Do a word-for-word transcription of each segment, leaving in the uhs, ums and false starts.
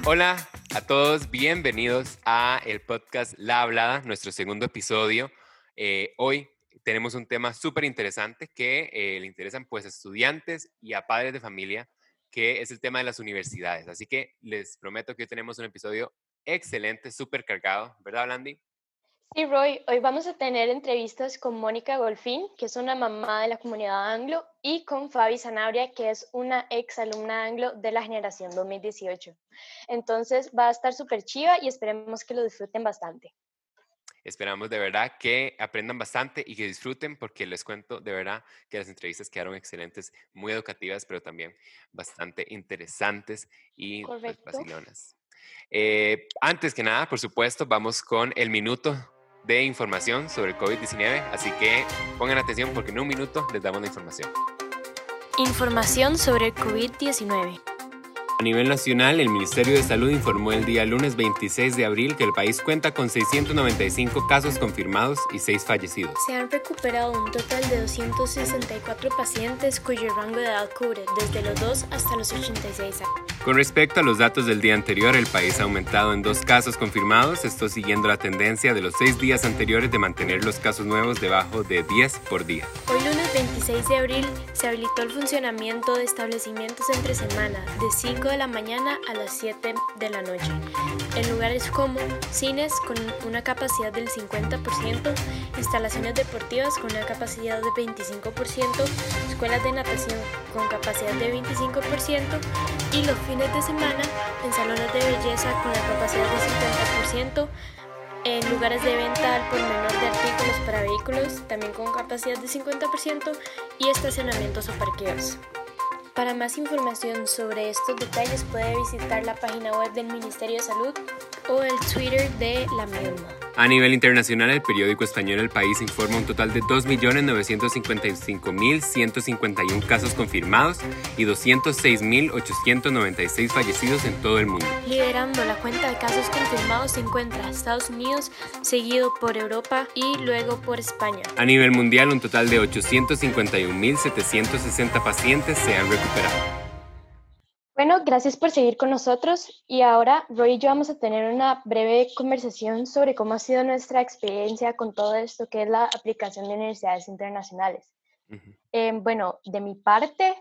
Hola a todos, bienvenidos a el podcast La Hablada, nuestro segundo episodio. Eh, hoy tenemos un tema súper interesante que eh, le interesan pues a estudiantes y a padres de familia, que es el tema de las universidades. Así que les prometo que hoy tenemos un episodio excelente, súper cargado, ¿verdad, Blandi? Sí, Roy, hoy vamos a tener entrevistas con Mónica Golfín, que es una mamá de la comunidad anglo, y con Fabi Sanabria, que es una ex alumna anglo de la generación dos mil dieciocho. Entonces va a estar súper chiva y esperemos que lo disfruten bastante. Esperamos de verdad que aprendan bastante y que disfruten, porque les cuento de verdad que las entrevistas quedaron excelentes, muy educativas, pero también bastante interesantes y pues Correcto. vacilonas. Eh, antes que nada, por supuesto, vamos con el minuto de información sobre el COVID diecinueve, así que pongan atención porque en un minuto les damos la información. Información sobre el COVID diecinueve. A nivel nacional, el Ministerio de Salud informó el día lunes veintiséis de abril que el país cuenta con seiscientos noventa y cinco casos confirmados y seis fallecidos. Se han recuperado un total de doscientos sesenta y cuatro pacientes cuyo rango de edad cubre desde los dos hasta los ochenta y seis años. Con respecto a los datos del día anterior, el país ha aumentado en dos casos confirmados, esto siguiendo la tendencia de los seis días anteriores de mantener los casos nuevos debajo de diez por día. Hoy lunes veintiséis de abril se habilitó el funcionamiento de establecimientos entre semana de cinco de la mañana a las siete de la noche, en lugares como cines con una capacidad del cincuenta por ciento, instalaciones deportivas con una capacidad de veinticinco por ciento, escuelas de natación con capacidad de veinticinco por ciento y los fines de semana en salones de belleza con la capacidad de cincuenta por ciento, en lugares de venta al por menor de artículos para vehículos también con capacidad de cincuenta por ciento y estacionamientos o parqueos. Para más información sobre estos detalles puede visitar la página web del Ministerio de Salud o el Twitter de la misma. A nivel internacional, el periódico español El País informa un total de dos millones novecientos cincuenta y cinco mil ciento cincuenta y uno casos confirmados y doscientos seis mil ochocientos noventa y seis fallecidos en todo el mundo. Liderando la cuenta de casos confirmados se encuentra Estados Unidos, seguido por Europa y luego por España. A nivel mundial, un total de ochocientos cincuenta y un mil setecientos sesenta pacientes se han recuperado. Bueno, gracias por seguir con nosotros y ahora Roy y yo vamos a tener una breve conversación sobre cómo ha sido nuestra experiencia con todo esto que es la aplicación de universidades internacionales. Uh-huh. Eh, bueno, de mi parte,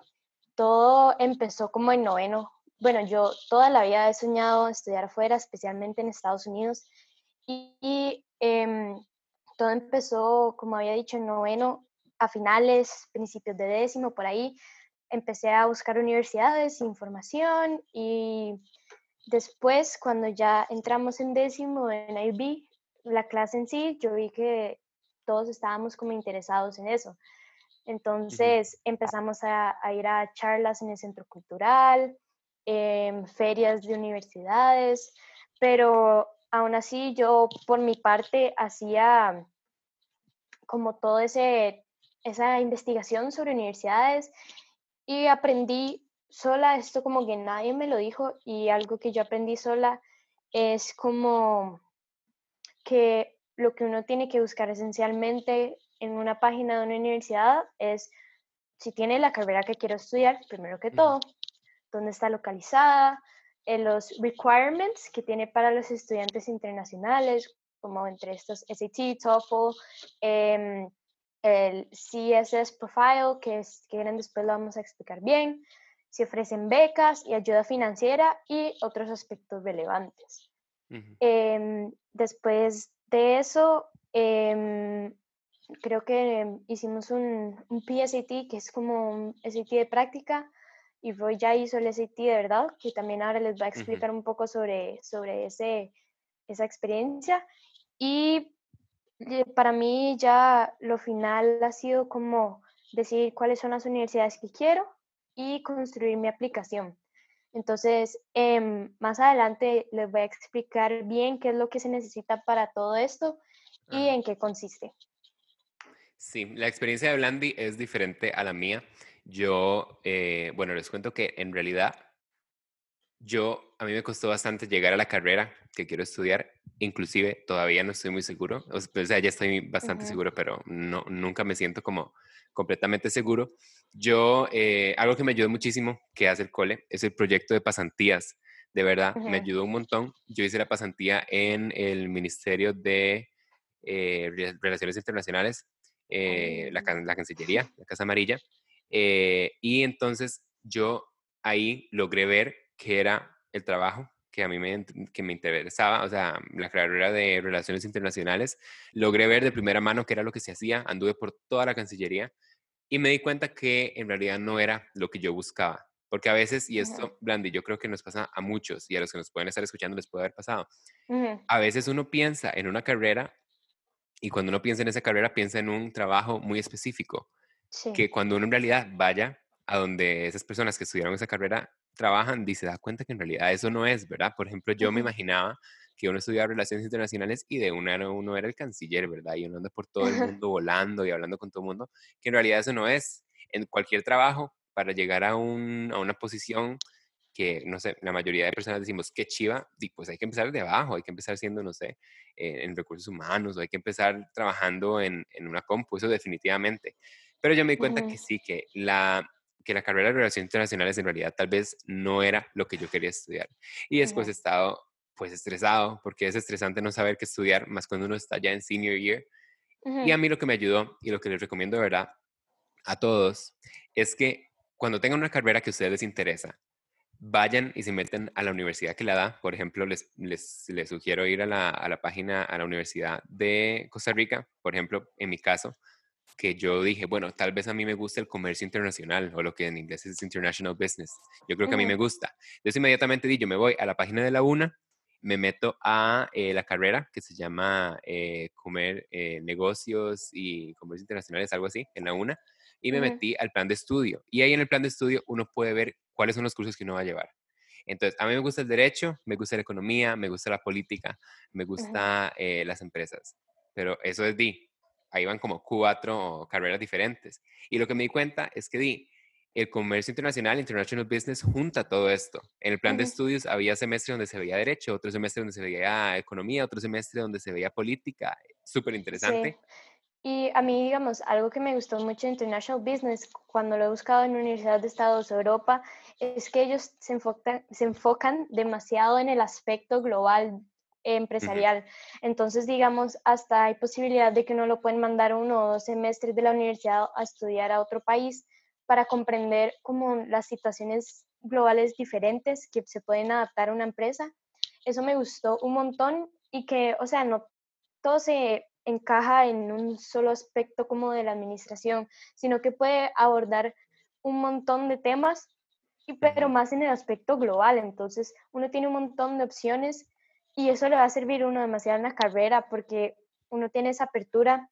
todo empezó como en noveno. Bueno, yo toda la vida he soñado estudiar afuera, especialmente en Estados Unidos, y, y eh, todo empezó, como había dicho, en noveno, a finales, principios de décimo, por ahí. Empecé a buscar universidades, información, y después, cuando ya entramos en décimo en I B, la clase en sí, yo vi que todos estábamos como interesados en eso. Uh-huh. Entonces empezamos a, a ir a charlas en el centro cultural, en ferias de universidades, pero aún así yo por mi parte hacía como todo ese esa investigación sobre universidades y aprendí sola, esto como que nadie me lo dijo, y algo que yo aprendí sola es como que lo que uno tiene que buscar esencialmente en una página de una universidad es si tiene la carrera que quiero estudiar, primero que Uh-huh. todo, dónde está localizada, en los requirements que tiene para los estudiantes internacionales, como entre estos S A T, TOEFL, eh, el C S S Profile, que, es, que después lo vamos a explicar bien, si ofrecen becas y ayuda financiera y otros aspectos relevantes. Uh-huh. Eh, después de eso, eh, creo que hicimos un, un P S A T, que es como un S A T de práctica, y Roy ya hizo el S A T de verdad, que también ahora les va a Uh-huh. explicar un poco sobre, sobre ese, esa experiencia. Y para mí ya lo final ha sido como decidir cuáles son las universidades que quiero y construir mi aplicación. Entonces, eh, más adelante les voy a explicar bien qué es lo que se necesita para todo esto y Ajá. en qué consiste. Sí, la experiencia de Blandi es diferente a la mía. Yo, eh, bueno, les cuento que en realidad yo, a mí me costó bastante llegar a la carrera que quiero estudiar, inclusive todavía no estoy muy seguro, o sea, ya estoy bastante Uh-huh. seguro, pero no, nunca me siento como completamente seguro. Yo, eh, algo que me ayudó muchísimo que hace el cole es el proyecto de pasantías De verdad, me Ujú. ayudó un montón. Yo hice la pasantía en el Ministerio de eh, Re- Relaciones Internacionales, eh, la, Oh. can- la Cancillería, la Casa Amarilla. Eh, y entonces yo ahí logré ver qué era el trabajo que a mí me, int- que me interesaba, o sea, la carrera de Relaciones Internacionales. Logré ver de primera mano qué era lo que se hacía, anduve por toda la Cancillería y me di cuenta que en realidad no era lo que yo buscaba. Porque a veces, y Ujú. esto, Blandy, yo creo que nos pasa a muchos y a los que nos pueden estar escuchando les puede haber pasado. Ujú. A veces uno piensa en una carrera y cuando uno piensa en esa carrera piensa en un trabajo muy específico, Sí. que cuando uno en realidad vaya a donde esas personas que estudiaron esa carrera trabajan, y se da cuenta que en realidad eso no es, ¿verdad? Por ejemplo, yo me Ujú. imaginaba que uno estudiaba relaciones internacionales y de una era- uno era el canciller, ¿verdad? Y uno anda por todo el mundo volando y hablando con todo el mundo, que en realidad eso no es. En cualquier trabajo, para llegar a, un, a una posición que, no sé, la mayoría de personas decimos, qué chiva, di, pues hay que empezar de abajo, hay que empezar siendo, no sé, eh, en recursos humanos, o hay que empezar trabajando en, en una compu, eso definitivamente. Pero yo me di cuenta Ujú. que sí, que la, que la carrera de Relaciones Internacionales en realidad tal vez no era lo que yo quería estudiar. Y después he Ujú. estado pues estresado, porque es estresante no saber qué estudiar, más cuando uno está ya en senior year. Y Ujú. a mí lo que me ayudó y lo que les recomiendo de verdad a todos es que cuando tengan una carrera que a ustedes les interesa, vayan y se meten a la universidad que la da. Por ejemplo, les, les, les sugiero ir a la, a la página, a la Universidad de Costa Rica, por ejemplo, en mi caso, que yo dije, bueno, tal vez a mí me gusta el comercio internacional o lo que en inglés es international business. Yo creo que a mí me Ujú. gusta. Entonces inmediatamente di, yo me voy a la página de la UNA, me meto a eh, la carrera que se llama eh, Comer eh, Negocios y Comercio Internacionales, algo así, en la UNA, y me Ujú. metí al plan de estudio. Y ahí en el plan de estudio uno puede ver cuáles son los cursos que uno va a llevar. Entonces, a mí me gusta el derecho, me gusta la economía, me gusta la política, me Ujú. gusta eh, las empresas. Pero eso es di, ahí van como cuatro carreras diferentes. Y lo que me di cuenta es que di, el comercio internacional, international business, junta todo esto. En el plan de Ujú. estudios había semestre donde se veía derecho, otro semestre donde se veía economía, otro semestre donde se veía política. Súper Sí. interesante. Y a mí, digamos, algo que me gustó mucho de International Business cuando lo he buscado en universidades de Estados Europa es que ellos se enfocan, se enfocan demasiado en el aspecto global Ujú, empresarial. Entonces, digamos, hasta hay posibilidad de que uno lo pueden mandar uno o dos semestres de la universidad a estudiar a otro país para comprender como las situaciones globales diferentes que se pueden adaptar a una empresa. Eso me gustó un montón y que, o sea, no todo se encaja en un solo aspecto como de la administración, sino que puede abordar un montón de temas, y, pero ujú. más en el aspecto global. Entonces, uno tiene un montón de opciones y eso le va a servir a uno demasiado en la carrera porque uno tiene esa apertura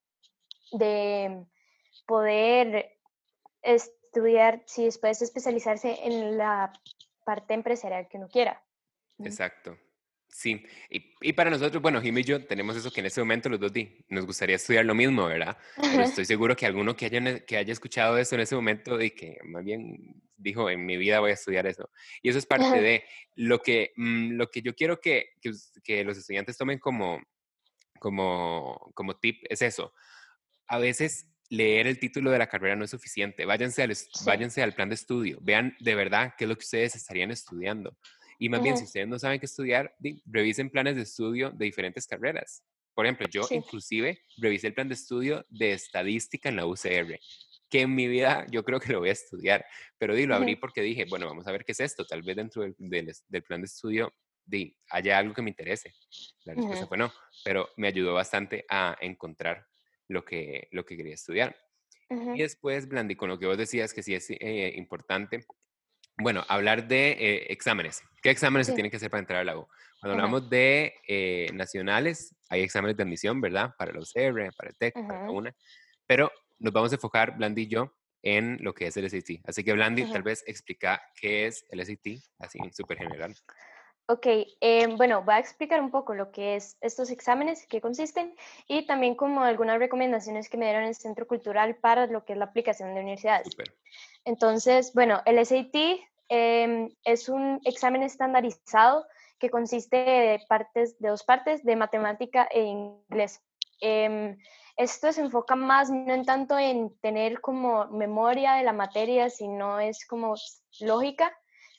de poder estudiar, si después especializarse en la parte empresarial que uno quiera. Ujú. Exacto. Sí, y, y para nosotros, bueno, Jimmy y yo tenemos eso que en este momento los dos di, nos gustaría estudiar lo mismo, ¿verdad? Pero estoy seguro que alguno que haya, que haya escuchado eso en ese momento y que más bien dijo, en mi vida voy a estudiar eso. Y eso es parte de lo que, mm, lo que yo quiero que, que, us- que los estudiantes tomen como, como, como tip, es eso. A veces leer el título de la carrera no es suficiente. Váyanse al, es- Sí. váyanse al plan de estudio. Vean de verdad qué es lo que ustedes estarían estudiando. Y más bien, si Ujú. ustedes no saben qué estudiar, di- revisen planes de estudio de diferentes carreras. Por ejemplo, yo Sí. inclusive revisé el plan de estudio de estadística en la U C R, que en mi vida yo creo que lo voy a estudiar, pero di, lo abrí Ujú. porque dije, bueno, vamos a ver qué es esto. Tal vez dentro del, del, del plan de estudio di, haya algo que me interese. La respuesta Ujú. fue no, pero me ayudó bastante a encontrar lo que, lo que quería estudiar. Y Ujú. después, Blandi, con lo que vos decías que sí es eh, importante, bueno, hablar de eh, exámenes. ¿Qué exámenes se Sí. tienen que hacer para entrar a la U? Cuando Ujú. hablamos de eh, nacionales, hay exámenes de admisión, ¿verdad? Para la U C R, para el TEC, para la Ujú. UNA, pero nos vamos a enfocar, Blandi y yo, en lo que es el S A T. Así que, Blandi, tal Ujú. vez explica qué es el S A T, así en súper general. Ok, eh, bueno, voy a explicar un poco lo que es estos exámenes, qué consisten, y también como algunas recomendaciones que me dieron el Centro Cultural para lo que es la aplicación de universidades. Súper. Entonces, bueno, el S A T eh, es un examen estandarizado que consiste de, partes, de dos partes, de matemática e inglés. Eh, esto se enfoca más no en tanto en tener como memoria de la materia, sino es como lógica.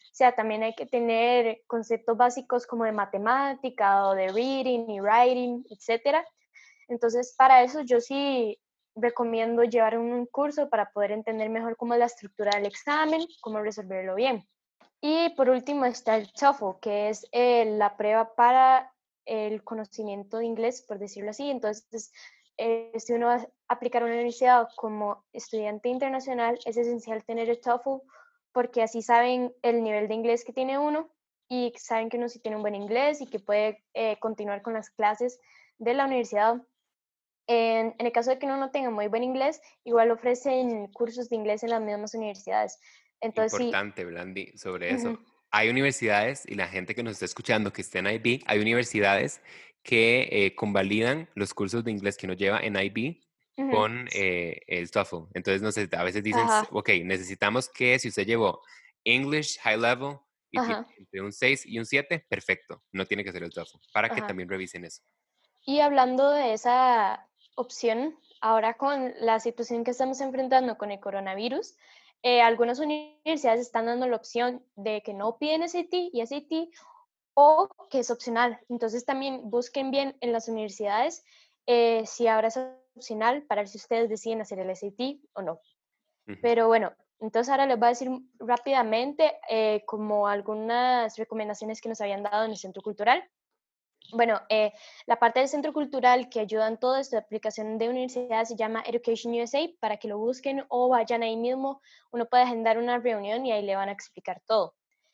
O sea, también hay que tener conceptos básicos como de matemática o de reading y writing, etcétera. Entonces, para eso yo sí recomiendo llevar un curso para poder entender mejor cómo es la estructura del examen, cómo resolverlo bien. Y por último está el TOEFL, que es eh, la prueba para el conocimiento de inglés, por decirlo así. Entonces, eh, si uno va a aplicar a una universidad como estudiante internacional, es esencial tener el TOEFL porque así saben el nivel de inglés que tiene uno y saben que uno sí tiene un buen inglés y que puede eh, continuar con las clases de la universidad. En, en el caso de que uno no tenga muy buen inglés, igual ofrecen cursos de inglés en las mismas universidades. Entonces, sí. Importante, Blandi, sobre eso. Uh-huh. Hay universidades, y la gente que nos está escuchando que esté en I B, hay universidades que eh, convalidan los cursos de inglés que uno lleva en I B Uh-huh. con eh, el TOEFL. Entonces, no sé, a veces dicen, Ajá. ok, necesitamos que si usted llevó English High Level y tiene Ajá. entre un seis y un siete, perfecto, no tiene que ser el TOEFL, para que Ajá. también revisen eso. Y hablando de esa opción, ahora con la situación que estamos enfrentando con el coronavirus, eh, algunas universidades están dando la opción de que no piden S A T y S A T o que es opcional. Entonces también busquen bien en las universidades eh, si ahora es opcional para ver si ustedes deciden hacer el S A T o no. Ujú. Pero bueno, entonces ahora les voy a decir rápidamente eh, como algunas recomendaciones que nos habían dado en el Centro Cultural. Bueno, eh, la parte del Centro Cultural que ayuda en toda esta aplicación de universidad se llama Education U S A, para que lo busquen o vayan ahí mismo. Uno puede agendar una reunión y ahí le van a explicar todo.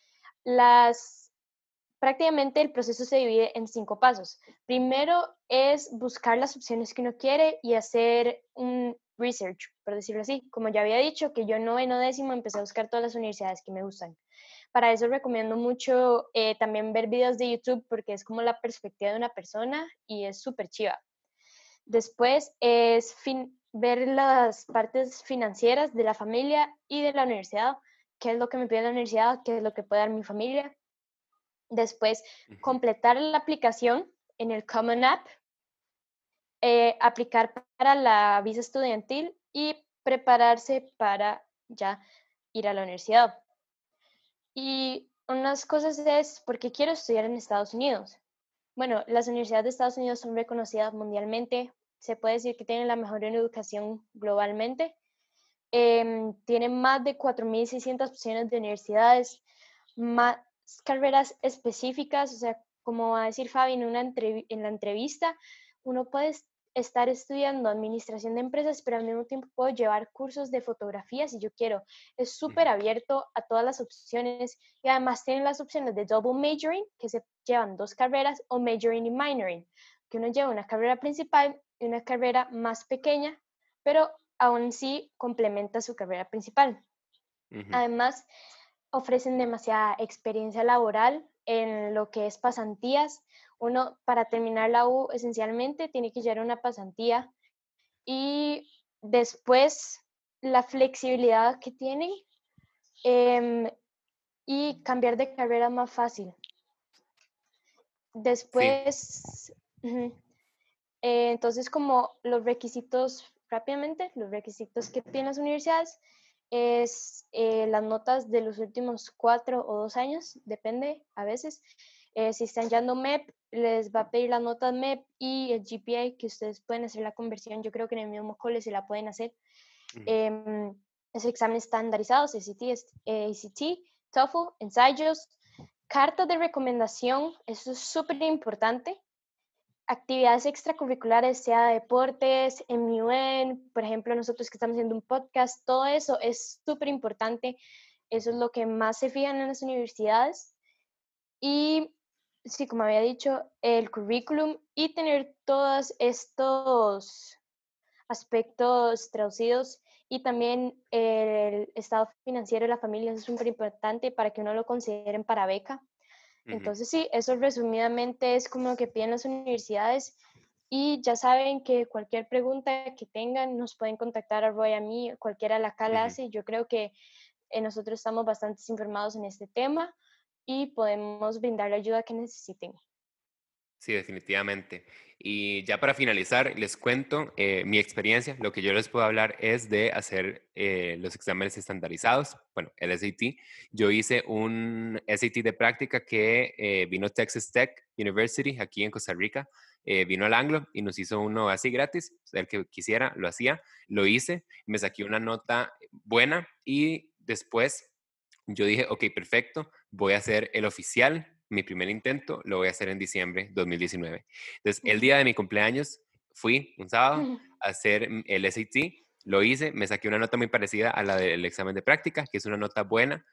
Las, prácticamente el proceso se divide en cinco pasos. Primero es buscar las opciones que uno quiere y hacer un research, por decirlo así. Como ya había dicho, que yo en noveno décimo empecé a buscar todas las universidades que me gustan. Para eso recomiendo mucho eh, también ver videos de YouTube porque es como la perspectiva de una persona y es súper chiva. Después es fin ver las partes financieras de la familia y de la universidad, qué es lo que me pide la universidad, qué es lo que puede dar mi familia. Después, Ujú. completar la aplicación en el Common App, eh, aplicar para la visa estudiantil y prepararse para ya ir a la universidad. Y unas cosas es, ¿por qué quiero estudiar en Estados Unidos? Bueno, las universidades de Estados Unidos son reconocidas mundialmente. Se puede decir que tienen la mejor educación globalmente. Eh, tienen más de cuatro mil seiscientas opciones de universidades, más carreras específicas, o sea, como va a decir Fabi en, una entrev en la entrevista, uno puede estar estudiando administración de empresas, pero al mismo tiempo puedo llevar cursos de fotografía si yo quiero. Es súper abierto a todas las opciones y además tienen las opciones de double majoring, que se llevan dos carreras, o majoring y minoring, que uno lleva una carrera principal y una carrera más pequeña, pero aún sí complementa su carrera principal. Ujú. Además, ofrecen demasiada experiencia laboral en lo que es pasantías. Uno, para terminar la U, esencialmente tiene que llevar una pasantía y después la flexibilidad que tienen eh, y cambiar de carrera más fácil. Después, sí. uh-huh. eh, entonces como los requisitos, rápidamente, los requisitos que tienen las universidades es eh, las notas de los últimos cuatro o dos años, depende a veces. Eh, si están llevando M E P, les va a pedir las notas M E P y el G P A, que ustedes pueden hacer la conversión. Yo creo que en el mismo cole se la pueden hacer. Ujú. Eh, esos exámenes estandarizados, S A T, A C T, TOEFL, ensayos, cartas de recomendación, eso es súper importante. Actividades extracurriculares, sea deportes, M U N, por ejemplo, nosotros que estamos haciendo un podcast, todo eso es súper importante. Eso es lo que más se fijan en las universidades. Y sí, como había dicho, el currículum y tener todos estos aspectos traducidos y también el estado financiero de la familia es súper importante para que uno lo consideren para beca. Ujú. Entonces sí, eso resumidamente es como lo que piden las universidades y ya saben que cualquier pregunta que tengan nos pueden contactar a Roy, a mí, cualquiera la Ujú. hace. Yo creo que eh, nosotros estamos bastante informados en este tema y podemos brindar la ayuda que necesiten. Sí, definitivamente. Y ya para finalizar, les cuento eh, mi experiencia. Lo que yo les puedo hablar es de hacer eh, los exámenes estandarizados, bueno, el S A T. Yo hice un S A T de práctica que eh, vino Texas Tech University aquí en Costa Rica, eh, vino al Anglo y nos hizo uno así gratis. El que quisiera lo hacía, lo hice, me saqué una nota buena y después yo dije, ok, perfecto, voy a hacer el oficial, mi primer intento, lo voy a hacer en diciembre de dos mil diecinueve. Entonces, el Ujú. día de mi cumpleaños, fui un sábado Ujú. a hacer mm, el S A T, lo hice, me saqué una nota muy parecida a la del examen de práctica, que es una nota buena,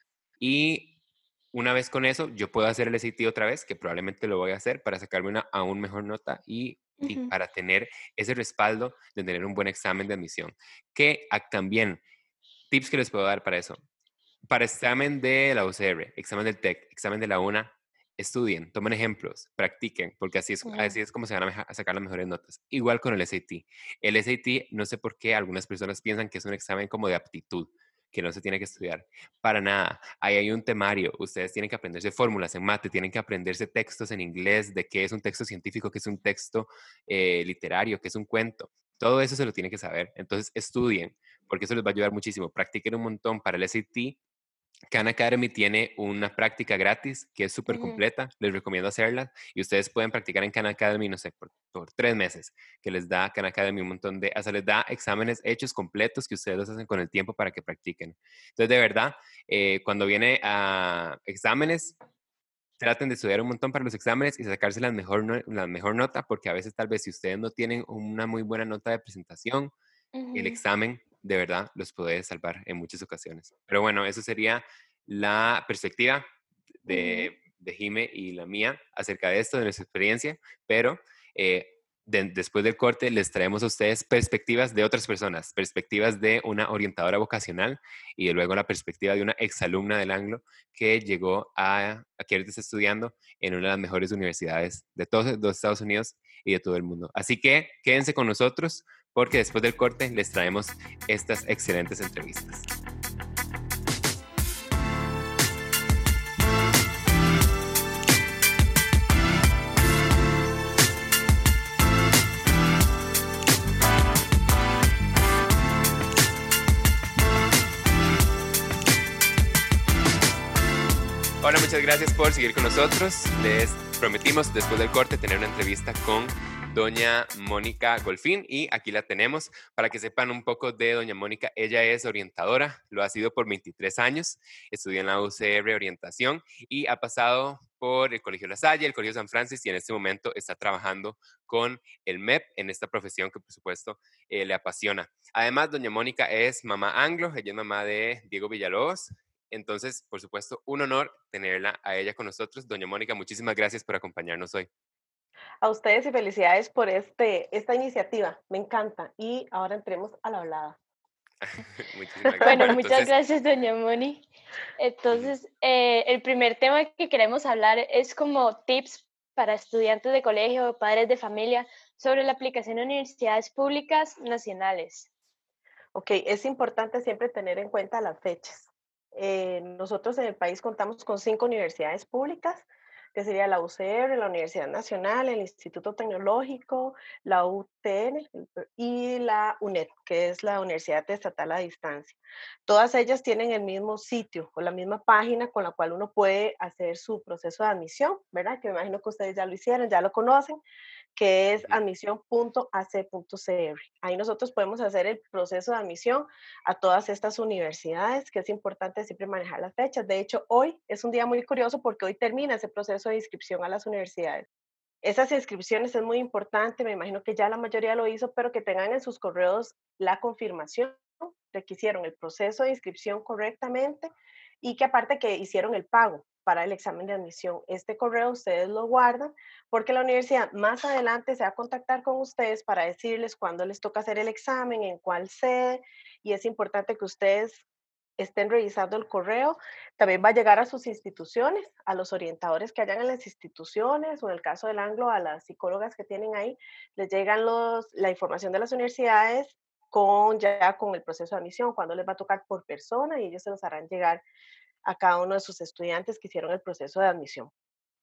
y una vez con eso, yo puedo hacer el S A T otra vez, que probablemente lo voy a hacer para sacarme una aún mejor nota y, y Ujú. para tener ese respaldo de tener un buen examen de admisión. Que ah, también, tips que les puedo dar para eso. Para examen de la U C R, examen del TEC, examen de la UNA, estudien, tomen ejemplos, practiquen, porque así es, Ujú. así es como se van a, meja- a sacar las mejores notas. Igual con el S A T. El S A T, no sé por qué algunas personas piensan que es un examen como de aptitud, que no se tiene que estudiar. Para nada. Ahí hay un temario. Ustedes tienen que aprenderse fórmulas en mate, tienen que aprenderse textos en inglés, de qué es un texto científico, qué es un texto eh, literario, qué es un cuento. Todo eso se lo tienen que saber. Entonces, estudien, porque eso les va a ayudar muchísimo. Practiquen un montón para el S A T. Khan Academy tiene una práctica gratis que es súper Ujú. completa, les recomiendo hacerla y ustedes pueden practicar en Khan Academy, no sé, por, por tres meses, que les da Khan Academy un montón de, o sea, les da exámenes hechos completos que ustedes los hacen con el tiempo para que practiquen. Entonces, de verdad, eh, cuando viene a exámenes, traten de estudiar un montón para los exámenes y sacarse la mejor, no- la mejor nota, porque a veces tal vez si ustedes no tienen una muy buena nota de presentación, el Ujú. examen de verdad los puede salvar en muchas ocasiones. Pero bueno, eso sería la perspectiva Ujú. de, de Jime y la mía acerca de esto, de nuestra experiencia, pero eh, de- después del corte les traemos a ustedes perspectivas de otras personas, perspectivas de una orientadora vocacional y de luego la perspectiva de una exalumna del Anglo que llegó a, a que ahorita está estudiando en una de las mejores universidades de todos los Estados Unidos y de todo el mundo. Así que quédense con nosotros porque después del corte les traemos estas excelentes entrevistas. Hola, muchas gracias por seguir con nosotros. Les prometimos después del corte tener una entrevista con doña Mónica Golfín y aquí la tenemos para que sepan un poco de doña Mónica. Ella es orientadora, lo ha sido por veintitrés años, estudió en la U C R Orientación y ha pasado por el Colegio La Salle, el Colegio San Francisco y en este momento está trabajando con el M E P en esta profesión que por supuesto eh, le apasiona. Además, doña Mónica es mamá anglo, ella es mamá de Diego Villalobos. Entonces, por supuesto, un honor tenerla a ella con nosotros. Doña Mónica, muchísimas gracias por acompañarnos hoy. A ustedes y felicidades por este, esta iniciativa, me encanta. Y ahora entremos a la hablada. Muchísimas gracias. Bueno, Bueno, muchas entonces, gracias, doña Moni. ujú, Entonces, eh, el primer tema que queremos hablar es como tips para estudiantes de colegio o padres de familia sobre la aplicación a universidades públicas nacionales. Ok, es importante siempre tener en cuenta las fechas. Eh, nosotros en el país contamos con cinco universidades públicas, que sería la U C R, la Universidad Nacional, el Instituto Tecnológico, la U T N y la UNED, que es la Universidad Estatal a Distancia. Todas ellas tienen el mismo sitio o la misma página con la cual uno puede hacer su proceso de admisión, ¿verdad? Que me imagino que ustedes ya lo hicieron, ya lo conocen, que es ujú. admisión punto a c punto c r. Ahí nosotros podemos hacer el proceso de admisión a todas estas universidades, que es importante siempre manejar las fechas. De hecho, hoy es un día muy curioso porque hoy termina ese proceso de inscripción a las universidades. Esas inscripciones es muy importante, me imagino que ya la mayoría lo hizo, pero que tengan en sus correos la confirmación de que hicieron el proceso de inscripción correctamente y que aparte que hicieron el pago para el examen de admisión. Este correo ustedes lo guardan porque la universidad más adelante se va a contactar con ustedes para decirles cuándo les toca hacer el examen, en cuál sede, y es importante que ustedes estén revisando el correo. También va a llegar a sus instituciones, a los orientadores que hayan en las instituciones, o en el caso del Anglo, a las psicólogas que tienen ahí, les llegan los, la información de las universidades con ya con el proceso de admisión, cuándo les va a tocar por persona y ellos se los harán llegar a cada uno de sus estudiantes que hicieron el proceso de admisión.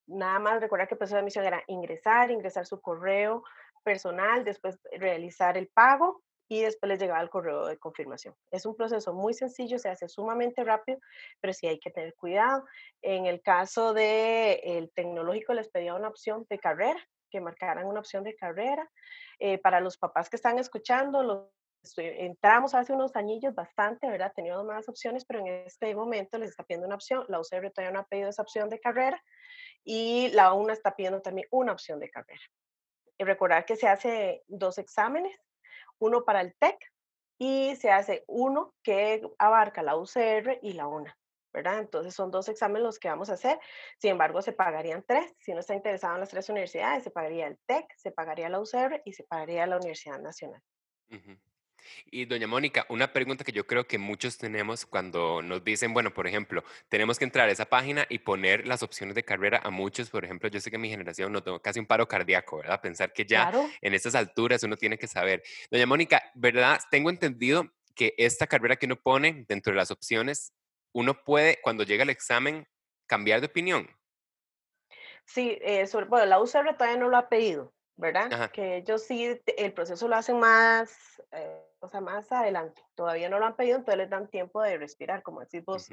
nada más recordar que el proceso de admisión era ingresar, ingresar su correo personal, después realizar el pago y después les llegaba el correo de confirmación. Es un proceso muy sencillo, se hace sumamente rápido, pero sí hay que tener cuidado. En el caso del tecnológico les pedía una opción de carrera, que marcaran una opción de carrera. Eh, para los papás que están escuchando, los, entramos hace unos añillos bastante, ¿verdad? Teníamos más opciones, pero en este momento les está pidiendo una opción. La U C R todavía no ha pedido esa opción de carrera y la UNA está pidiendo también una opción de carrera. Y recordar que se hace dos exámenes, uno para el TEC y se hace uno que abarca la U C R y la UNA, ¿verdad? Entonces son dos exámenes los que vamos a hacer, sin embargo se pagarían tres, si uno está interesado en las tres universidades, se pagaría el TEC, se pagaría la U C R y se pagaría la Universidad Nacional. Ujú. Y doña Mónica, una pregunta que yo creo que muchos tenemos cuando nos dicen, bueno, por ejemplo, tenemos que entrar a esa página y poner las opciones de carrera a muchos, por ejemplo, yo sé que en mi generación no tengo casi un paro cardíaco, ¿verdad? Pensar que ya Claro. en estas alturas uno tiene que saber. Doña Mónica, ¿verdad? Tengo entendido que esta carrera que uno pone dentro de las opciones, uno puede, cuando llega al examen, cambiar de opinión. Sí, eh, sobre, bueno, la U C R todavía no lo ha pedido, ¿verdad? Ajá. Que ellos sí, te- el proceso lo hacen más, eh, o sea, más adelante. Todavía no lo han pedido, entonces les dan tiempo de respirar, como decís vos. Ujú,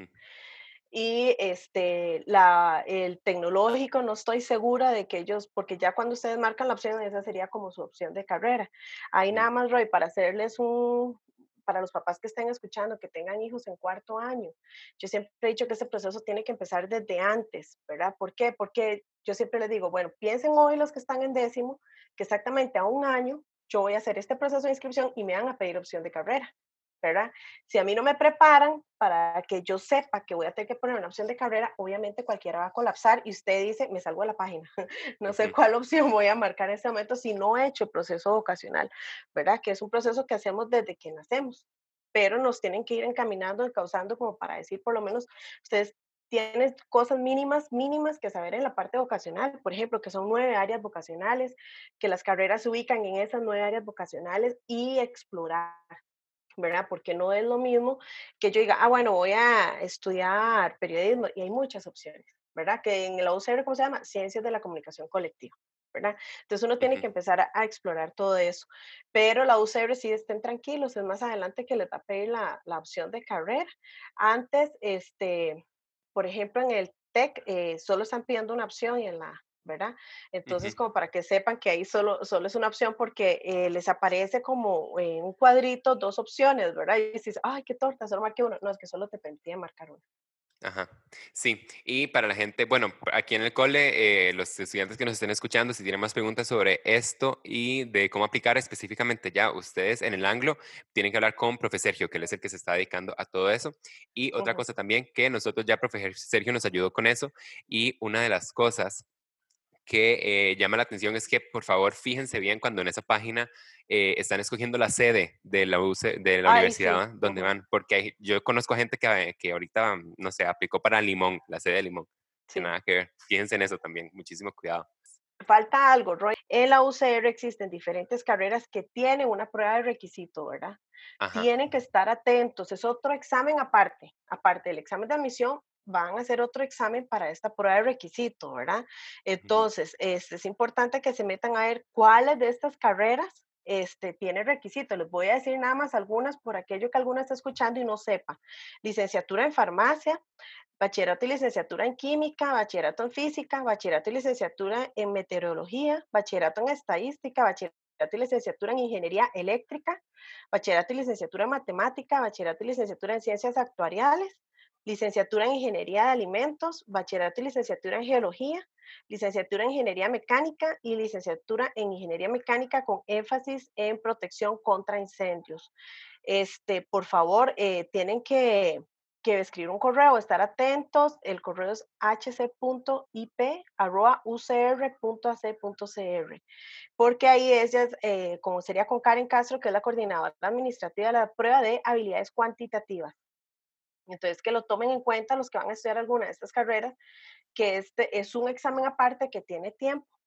Y este, la, el tecnológico, no estoy segura de que ellos, porque ya cuando ustedes marcan la opción, esa sería como su opción de carrera. Ahí ujú, nada más, Roy, para hacerles un, para los papás que estén escuchando, que tengan hijos en cuarto año, yo siempre he dicho que este proceso tiene que empezar desde antes, ¿verdad? ¿Por qué? Porque yo siempre les digo, bueno, piensen hoy los que están en décimo, que exactamente a un año yo voy a hacer este proceso de inscripción y me van a pedir opción de carrera, ¿verdad? Si a mí no me preparan para que yo sepa que voy a tener que poner una opción de carrera, obviamente cualquiera va a colapsar y usted dice, me salgo de la página. No sé ujú, cuál opción voy a marcar en ese momento si no he hecho el proceso vocacional, ¿verdad? Que es un proceso que hacemos desde que nacemos, pero nos tienen que ir encaminando, encauzando como para decir, por lo menos, ustedes tienen cosas mínimas, mínimas que saber en la parte vocacional, por ejemplo, que son nueve áreas vocacionales, que las carreras se ubican en esas nueve áreas vocacionales y explorar, ¿verdad? Porque no es lo mismo que yo diga, ah, bueno, voy a estudiar periodismo y hay muchas opciones, ¿verdad? Que en la U C R, ¿cómo se llama? Ciencias de la Comunicación Colectiva, ¿verdad? Entonces uno tiene ujú. que empezar a, a explorar todo eso. Pero la U C R sí estén tranquilos, es más adelante que les va a pedir la, la opción de carrera. Antes, este, por ejemplo, en el TEC eh, solo están pidiendo una opción y en la, ¿verdad? Ujú. Entonces, como para que sepan que ahí solo, solo es una opción porque eh, les aparece como en un cuadrito dos opciones, ¿verdad? Y dices, ay, qué torta, solo marqué una. No, es que solo te permitía marcar una. Ajá. Sí, y para la gente, bueno, aquí en el cole, eh, los estudiantes que nos estén escuchando, si tienen más preguntas sobre esto y de cómo aplicar específicamente ya ustedes en el Anglo, tienen que hablar con profe Sergio, que él es el que se está dedicando a todo eso. Y otra Ujú. cosa también, que nosotros ya profe Sergio nos ayudó con eso, y una de las cosas que eh, llama la atención es que por favor fíjense bien cuando en esa página eh, están escogiendo la sede de la, U C de la Ay, sí. universidad donde Ujú. van, porque hay- yo conozco a gente que, que ahorita, no sé, aplicó para Limón, la sede de Limón, que Sí. nada que ver. Fíjense en eso también, muchísimo cuidado. Falta algo, Roy. En la U C R existen diferentes carreras que tienen una prueba de requisito, ¿verdad? Ajá. Tienen que estar atentos. Es otro examen aparte. Aparte del examen de admisión, van a hacer otro examen para esta prueba de requisito, ¿verdad? Ujú, Entonces, este, es importante que se metan a ver cuáles de estas carreras este, tiene requisito. Les voy a decir nada más algunas por aquello que alguna está escuchando y no sepa. Licenciatura en farmacia, bachillerato y licenciatura en química, bachillerato en física, bachillerato y licenciatura en meteorología, bachillerato en estadística, bachillerato y licenciatura en ingeniería eléctrica, bachillerato y licenciatura en matemática, bachillerato y licenciatura en ciencias actuariales, licenciatura en ingeniería de alimentos, bachillerato y licenciatura en geología, licenciatura en ingeniería mecánica y licenciatura en ingeniería mecánica con énfasis en protección contra incendios. Este, por favor, eh, tienen que que escribir un correo, estar atentos. El correo es h c punto i p arroba u c r punto a c punto c r, porque ahí ella, eh, como sería con Karen Castro, que es la coordinadora administrativa de la prueba de habilidades cuantitativas. Entonces, que lo tomen en cuenta los que van a estudiar alguna de estas carreras, que este es un examen aparte que tiene tiempo,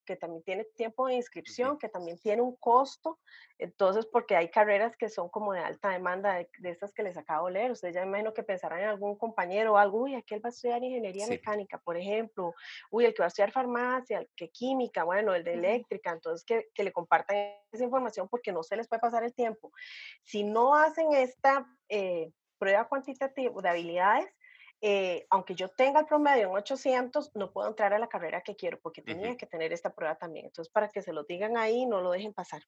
que también tiene tiempo de Ujú. inscripción, que también tiene un costo. Entonces, porque hay carreras que son como de alta demanda, de, de estas que les acabo de leer. Ustedes ya me imagino que pensarán en algún compañero o algo, uy, aquel va a estudiar ingeniería Sí. mecánica, por ejemplo, uy, el que va a estudiar farmacia, el que química, bueno, el de Ujú. eléctrica, entonces que, que le compartan esa información porque no se les puede pasar el tiempo. Si no hacen esta eh, prueba cuantitativa de habilidades, eh, aunque yo tenga el promedio en ochocientos, no puedo entrar a la carrera que quiero porque Ujú. tenía que tener esta prueba también. Entonces, para que se lo digan ahí, no lo dejen pasar.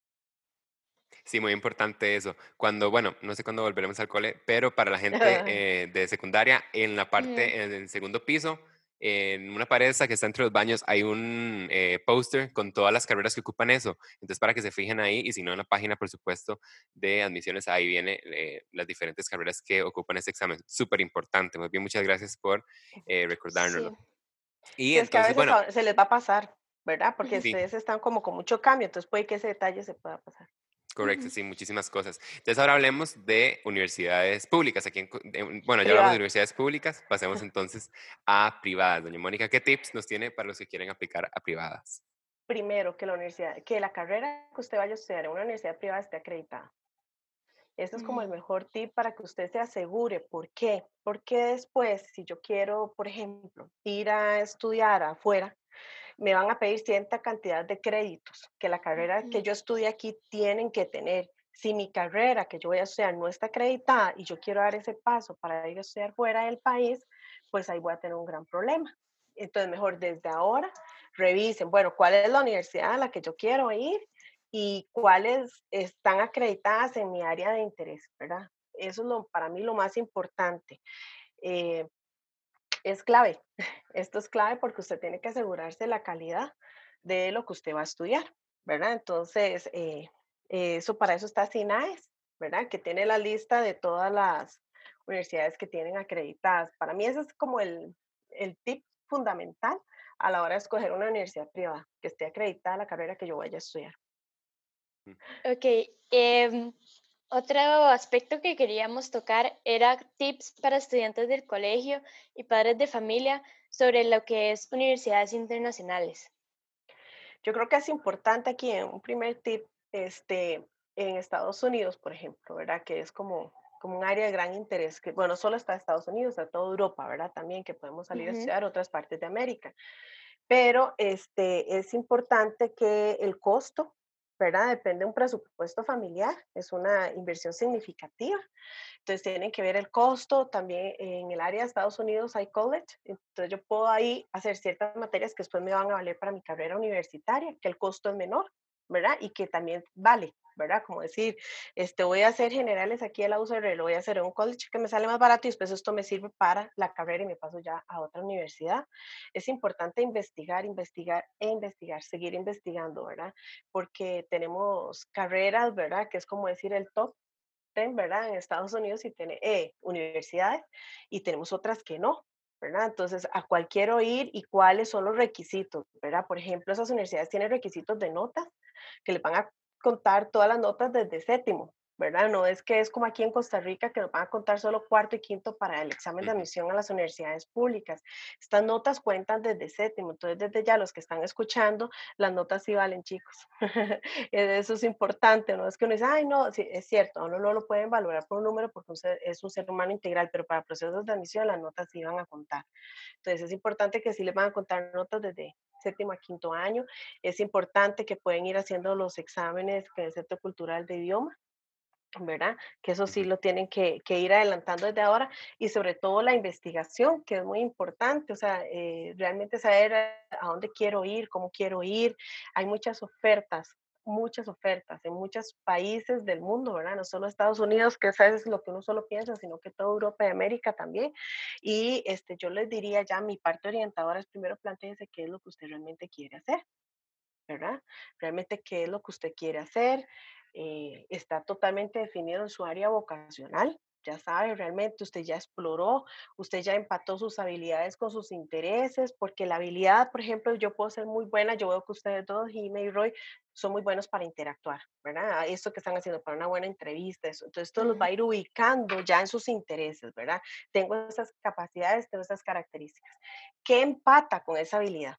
Sí, muy importante eso. Cuando, bueno, no sé cuándo volveremos al cole, pero para la gente eh, de secundaria, en la Ujú. parte, en el segundo piso, en una pared esa que está entre los baños, hay un eh, póster con todas las carreras que ocupan eso. Entonces, para que se fijen ahí, y si no, en la página, por supuesto, de admisiones, ahí viene eh, las diferentes carreras que ocupan este examen. Súper importante. Muy bien, muchas gracias por eh, Sí. recordárnoslo. Y Sí, es que a entonces, veces bueno, a- se les va a pasar, ¿verdad? Porque Ujú. sí. ustedes están como con mucho cambio, entonces puede que ese detalle se pueda pasar. Correcto, Ujú. sí, muchísimas cosas. Entonces ahora hablemos de universidades públicas. Aquí en Co- de- bueno, ya hablamos de Privadas. universidades públicas, pasemos entonces a privadas. Doña Mónica, ¿qué tips nos tiene para los que quieren aplicar a privadas? Primero, que la universidad, que la carrera que usted vaya a estudiar en una universidad privada esté acreditada. Este es como el Ujú. mejor tip para que usted se asegure. ¿Por qué? Porque después, si yo quiero, por ejemplo, ir a estudiar afuera, me van a pedir cierta cantidad de créditos que la carrera que Ujú. yo estudie aquí tienen que tener. Si mi carrera que yo voy a estudiar no está acreditada y yo quiero dar ese paso para ir a estudiar fuera del país, pues ahí voy a tener un gran problema. Entonces, mejor desde ahora revisen, bueno, cuál es la universidad a la que yo quiero ir y cuáles están acreditadas en mi área de interés, ¿verdad? Eso es lo, para mí lo más importante. Eh, es clave, esto es clave porque usted tiene que asegurarse la calidad de lo que usted va a estudiar, ¿verdad? Entonces, eh, eso para eso está SINAES, ¿verdad? Que tiene la lista de todas las universidades que tienen acreditadas. Para mí ese es como el, el tip fundamental a la hora de escoger una universidad privada, que esté acreditada la carrera que yo vaya a estudiar. Mm. Ok, em, otro aspecto que queríamos tocar era tips para estudiantes del colegio y padres de familia sobre lo que es universidades internacionales. Yo creo que es importante aquí en un primer tip, este, en Estados Unidos, por ejemplo, ¿verdad? Que es como, como un área de gran interés, que bueno, solo está Estados Unidos, está toda Europa, ¿verdad? También que podemos salir a Ujú. estudiar otras partes de América. Pero este, es importante que el costo, ¿verdad? Depende de un presupuesto familiar, es una inversión significativa. Entonces tienen que ver el costo, también en el área de Estados Unidos hay college, entonces yo puedo ahí hacer ciertas materias que después me van a valer para mi carrera universitaria, que el costo es menor, ¿verdad? Y que también vale, ¿verdad? Como decir, este, voy a hacer generales aquí en la U C R, lo voy a hacer en un college que me sale más barato y después esto me sirve para la carrera y me paso ya a otra universidad. Es importante investigar, investigar e investigar, seguir investigando, ¿verdad? Porque tenemos carreras, ¿verdad? Que es como decir el top ten, ¿verdad? En Estados Unidos y tiene eh, universidades y tenemos otras que no, ¿verdad? Entonces, ¿a cuál quiero ir y cuáles son los requisitos, ¿verdad? Por ejemplo, esas universidades tienen requisitos de notas que les van a contar todas las notas desde séptimo, ¿verdad? No es que es como aquí en Costa Rica que nos van a contar solo cuarto y quinto para el examen de Ujú. admisión a las universidades públicas. Estas notas cuentan desde séptimo, entonces desde ya los que están escuchando, las notas sí valen, chicos. Eso es importante, no es que uno dice, ay, no, sí, es cierto, uno no lo pueden valorar por un número porque un ser- es un ser humano integral, pero para procesos de admisión las notas sí van a contar. Entonces es importante que sí les van a contar notas desde séptimo a quinto año. Es importante que pueden ir haciendo los exámenes en el Centro Cultural de Idioma, ¿verdad? Que eso sí Ujú. lo tienen que, que ir adelantando desde ahora y sobre todo la investigación, que es muy importante, o sea, eh, realmente saber a, a dónde quiero ir, cómo quiero ir. Hay muchas ofertas, muchas ofertas en muchos países del mundo, ¿verdad? No solo Estados Unidos, que eso es lo que uno solo piensa, sino que toda Europa y América también. Y este, yo les diría ya, mi parte orientadora es primero plantearse qué es lo que usted realmente quiere hacer, ¿verdad? Realmente qué es lo que usted quiere hacer, eh, está totalmente definido en su área vocacional, ya sabe, realmente usted ya exploró, usted ya empató sus habilidades con sus intereses, porque la habilidad, por ejemplo, yo puedo ser muy buena, yo veo que ustedes dos, Jimmy y Roy, son muy buenos para interactuar, ¿verdad? Esto que están haciendo para una buena entrevista, eso. Entonces esto los va Ujú. a ir ubicando ya en sus intereses, ¿verdad? Tengo esas capacidades, tengo esas características. ¿Qué empata con esa habilidad?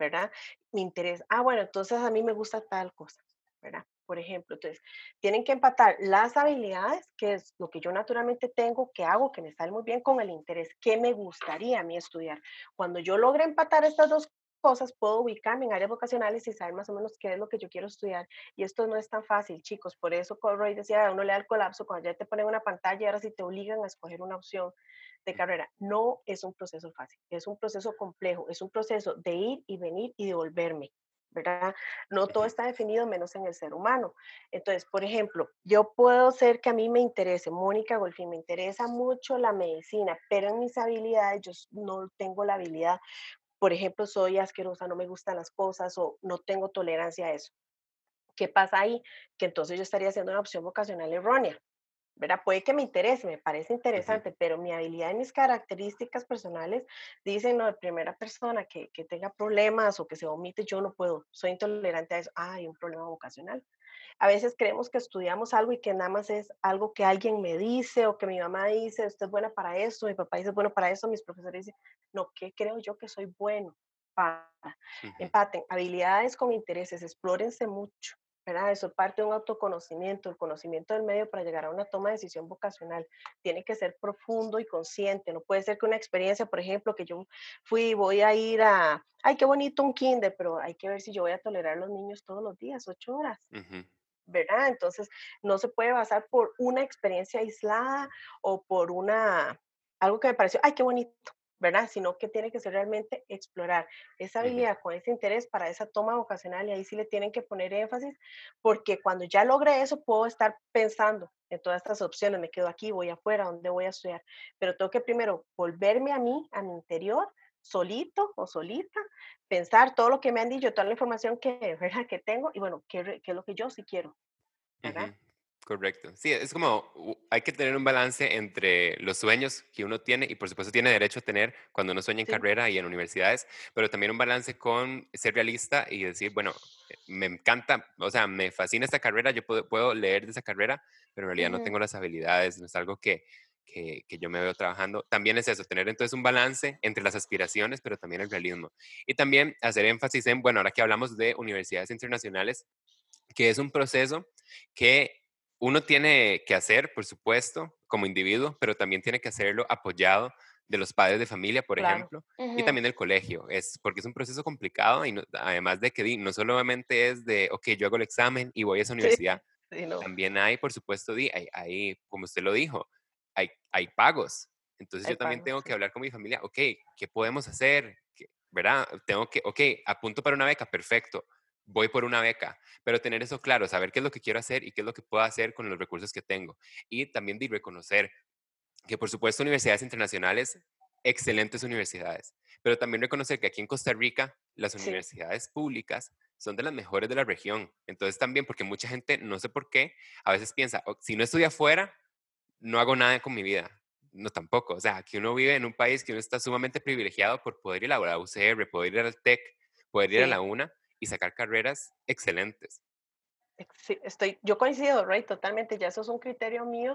¿verdad? Mi interés, ah, bueno, entonces a mí me gusta tal cosa, ¿verdad? Por ejemplo, entonces, tienen que empatar las habilidades, que es lo que yo naturalmente tengo, que hago, que me sale muy bien, con el interés, que me gustaría a mí estudiar. Cuando yo logre empatar estas dos cosas, puedo ubicarme en áreas vocacionales y saber más o menos qué es lo que yo quiero estudiar. Y esto no es tan fácil, chicos. Por eso Roy decía, uno le da el colapso cuando ya te ponen una pantalla y ahora sí te obligan a escoger una opción de carrera. No es un proceso fácil, es un proceso complejo, es un proceso de ir y venir y devolverme, ¿verdad? No todo Ujú, está definido menos en el ser humano. Entonces, por ejemplo, yo puedo ser que a mí me interese, Mónica Golfín, me interesa mucho la medicina, pero en mis habilidades yo no tengo la habilidad. Por ejemplo, soy asquerosa, no me gustan las cosas o no tengo tolerancia a eso. ¿Qué pasa ahí? Que entonces yo estaría haciendo una opción vocacional errónea. ¿Verdad? Puede que me interese, me parece ujú. interesante, pero mi habilidad y mis características personales dicen, no, de primera persona que, que tenga problemas o que se vomite, yo no puedo, soy intolerante a eso. Ah, hay un problema vocacional. A veces creemos que estudiamos algo y que nada más es algo que alguien me dice o que mi mamá dice, usted es buena para eso, mi papá dice, bueno para eso, mis profesores dicen, no, ¿qué creo yo que soy bueno para? Ujú, Empaten, habilidades con intereses, explórense mucho. ¿Verdad? Eso parte de un autoconocimiento, el conocimiento del medio para llegar a una toma de decisión vocacional. Tiene que ser profundo y consciente. No puede ser que una experiencia, por ejemplo, que yo fui y voy a ir a, ay, qué bonito un kinder, pero hay que ver si yo voy a tolerar a los niños todos los días, ocho horas. ujú, ¿Verdad? Entonces, no se puede basar por una experiencia aislada o por una, algo que me pareció, ay, qué bonito, ¿verdad? Sino que tiene que ser realmente explorar esa ujú. habilidad con ese interés para esa toma vocacional y ahí sí le tienen que poner énfasis porque cuando ya logre eso puedo estar pensando en todas estas opciones, me quedo aquí, voy afuera, ¿dónde voy a estudiar? Pero tengo que primero volverme a mí, a mi interior, solito o solita, pensar todo lo que me han dicho, toda la información que, ¿verdad? que tengo y bueno, ¿qué, qué es lo que yo sí quiero? ¿Verdad? Ujú, correcto. Sí, es como u- hay que tener un balance entre los sueños que uno tiene y por supuesto tiene derecho a tener cuando uno sueña en Sí, carrera y en universidades, pero también un balance con ser realista y decir, bueno, eh, me encanta, o sea, me fascina esta carrera, yo puedo, puedo leer de esa carrera, pero en realidad no ujú, tengo las habilidades, no es algo que, que, que yo me veo trabajando. También es eso, tener entonces un balance entre las aspiraciones, pero también el realismo. Y también hacer énfasis en, bueno, ahora que hablamos de universidades internacionales, que es un proceso que uno tiene que hacer, por supuesto, como individuo, pero también tiene que hacerlo apoyado de los padres de familia, por claro. ejemplo, y Ujú, también del colegio, es porque es un proceso complicado y no- además de que di, no solamente es de, ok, yo hago el examen y voy a esa Sí, universidad, sí, no, también hay, por supuesto, di, hay, hay, como usted lo dijo, hay, hay pagos. Entonces hay yo también pagos, tengo que sí. hablar con mi familia, ok, ¿qué podemos hacer? ¿Qué- ¿Verdad? Tengo que, ok, apunto para una beca, perfecto, voy por una beca, pero tener eso claro, saber qué es lo que quiero hacer y qué es lo que puedo hacer con los recursos que tengo. Y también de reconocer que, por supuesto, universidades internacionales, excelentes universidades, pero también reconocer que aquí en Costa Rica las Sí, universidades públicas son de las mejores de la región. Entonces también, porque mucha gente, no sé por qué, a veces piensa, "Oh, si no estudio afuera, no hago nada con mi vida". No, tampoco. O sea, aquí uno vive en un país que uno está sumamente privilegiado por poder ir a la U C R, poder ir al TEC, poder ir a la sí, UNA y sacar carreras excelentes. ex- sí, estoy, yo coincido, Ray, totalmente, ya eso es un criterio mío,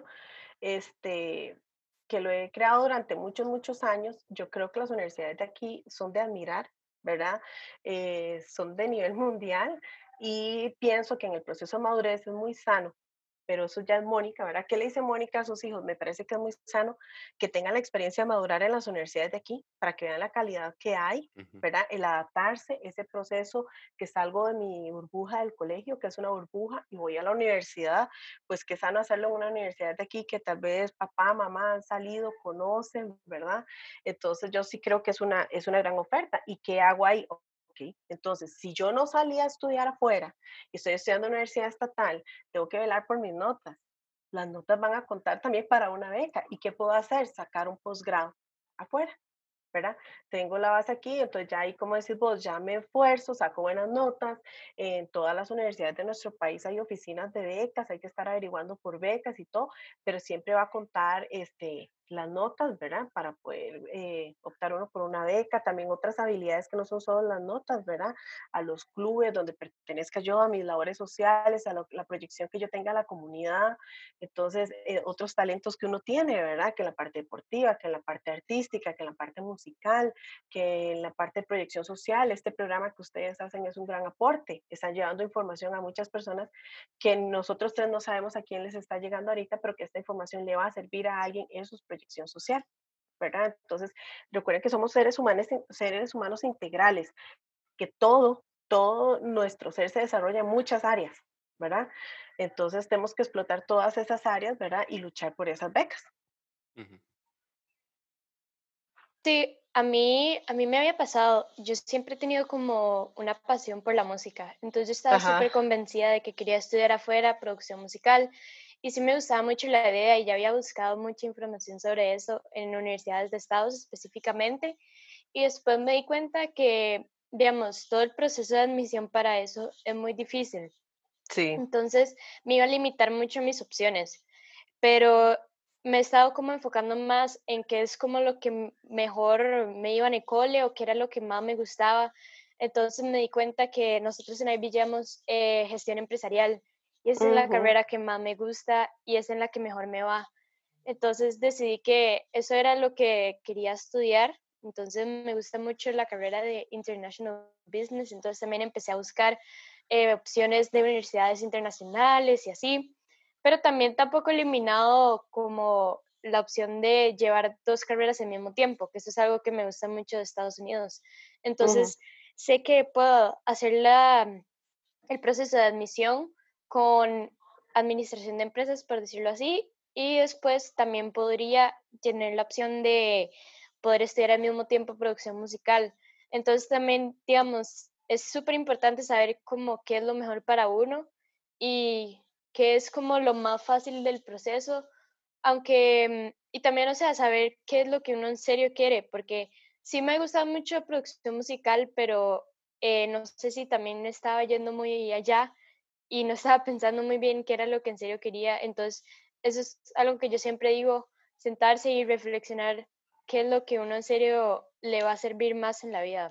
este, que lo he creado durante muchos, muchos años. Yo creo que las universidades de aquí son de admirar, ¿verdad? Eh, son de nivel mundial y pienso que en el proceso de madurez es muy sano, pero eso ya es Mónica, ¿verdad? ¿Qué le dice Mónica a sus hijos? Me parece que es muy sano que tengan la experiencia de madurar en las universidades de aquí para que vean la calidad que hay, Ujú, ¿verdad? El adaptarse, ese proceso que salgo de mi burbuja del colegio, que es una burbuja, y voy a la universidad, pues qué sano hacerlo en una universidad de aquí que tal vez papá, mamá han salido, conocen, ¿verdad? Entonces yo sí creo que es una, es una gran oferta. ¿Y qué hago ahí? Ok, entonces, si yo no salí a estudiar afuera y estoy estudiando en una universidad estatal, tengo que velar por mis notas. Las notas van a contar también para una beca. ¿Y qué puedo hacer? Sacar un posgrado afuera, ¿verdad? Tengo la base aquí, entonces ya ahí, como decís vos, ya me esfuerzo, saco buenas notas. En todas las universidades de nuestro país hay oficinas de becas, hay que estar averiguando por becas y todo, pero siempre va a contar este, las notas, ¿verdad? Para poder eh, optar uno por una beca, también otras habilidades que no son solo las notas, ¿verdad? A los clubes donde pertenezca yo, a mis labores sociales, a lo- la proyección que yo tenga a la comunidad, entonces eh, otros talentos que uno tiene, ¿verdad? Que en la parte deportiva, que en la parte artística, que en la parte musical, que en la parte de proyección social, este programa que ustedes hacen es un gran aporte, están llevando información a muchas personas que nosotros tres no sabemos a quién les está llegando ahorita, pero que esta información le va a servir a alguien en su proyección social, ¿verdad? Entonces, recuerden que somos seres humanos, seres humanos integrales, que todo, todo nuestro ser se desarrolla en muchas áreas, ¿verdad? Entonces, tenemos que explotar todas esas áreas, ¿verdad? Y luchar por esas becas. Ujú. Sí, a mí, a mí me había pasado, yo siempre he tenido como una pasión por la música, entonces yo estaba Ajá. súper convencida de que quería estudiar afuera producción musical y sí me gustaba mucho la idea y ya había buscado mucha información sobre eso en universidades de Estados específicamente y después me di cuenta que, digamos, todo el proceso de admisión para eso es muy difícil, Sí. entonces me iba a limitar mucho mis opciones, pero me he estado como enfocando más en qué es como lo que m- mejor me iba en el cole o qué era lo que más me gustaba. Entonces me di cuenta que nosotros en I B llevamos eh, gestión empresarial y esa es la Ujú, carrera que más me gusta y es en la que mejor me va. Entonces decidí que eso era lo que quería estudiar. Entonces me gusta mucho la carrera de International Business. Entonces también empecé a buscar eh, opciones de universidades internacionales y así, pero también tampoco he eliminado como la opción de llevar dos carreras al mismo tiempo, que eso es algo que me gusta mucho de Estados Unidos. ujú. Entonces sé que puedo hacer la, el proceso de admisión con administración de empresas, por decirlo así, y después también podría tener la opción de poder estudiar al mismo tiempo producción musical. Entonces también, digamos, es súper importante saber cómo qué es lo mejor para uno y qué es como lo más fácil del proceso, aunque, mm, y también, o sea, saber qué es lo que uno en serio quiere, porque sí me gusta mucho producción musical, pero eh, no sé si también estaba yendo muy allá y no estaba pensando muy bien qué era lo que en serio quería. Entonces, eso es algo que yo siempre digo, sentarse y reflexionar qué es lo que uno en serio le va a servir más en la vida.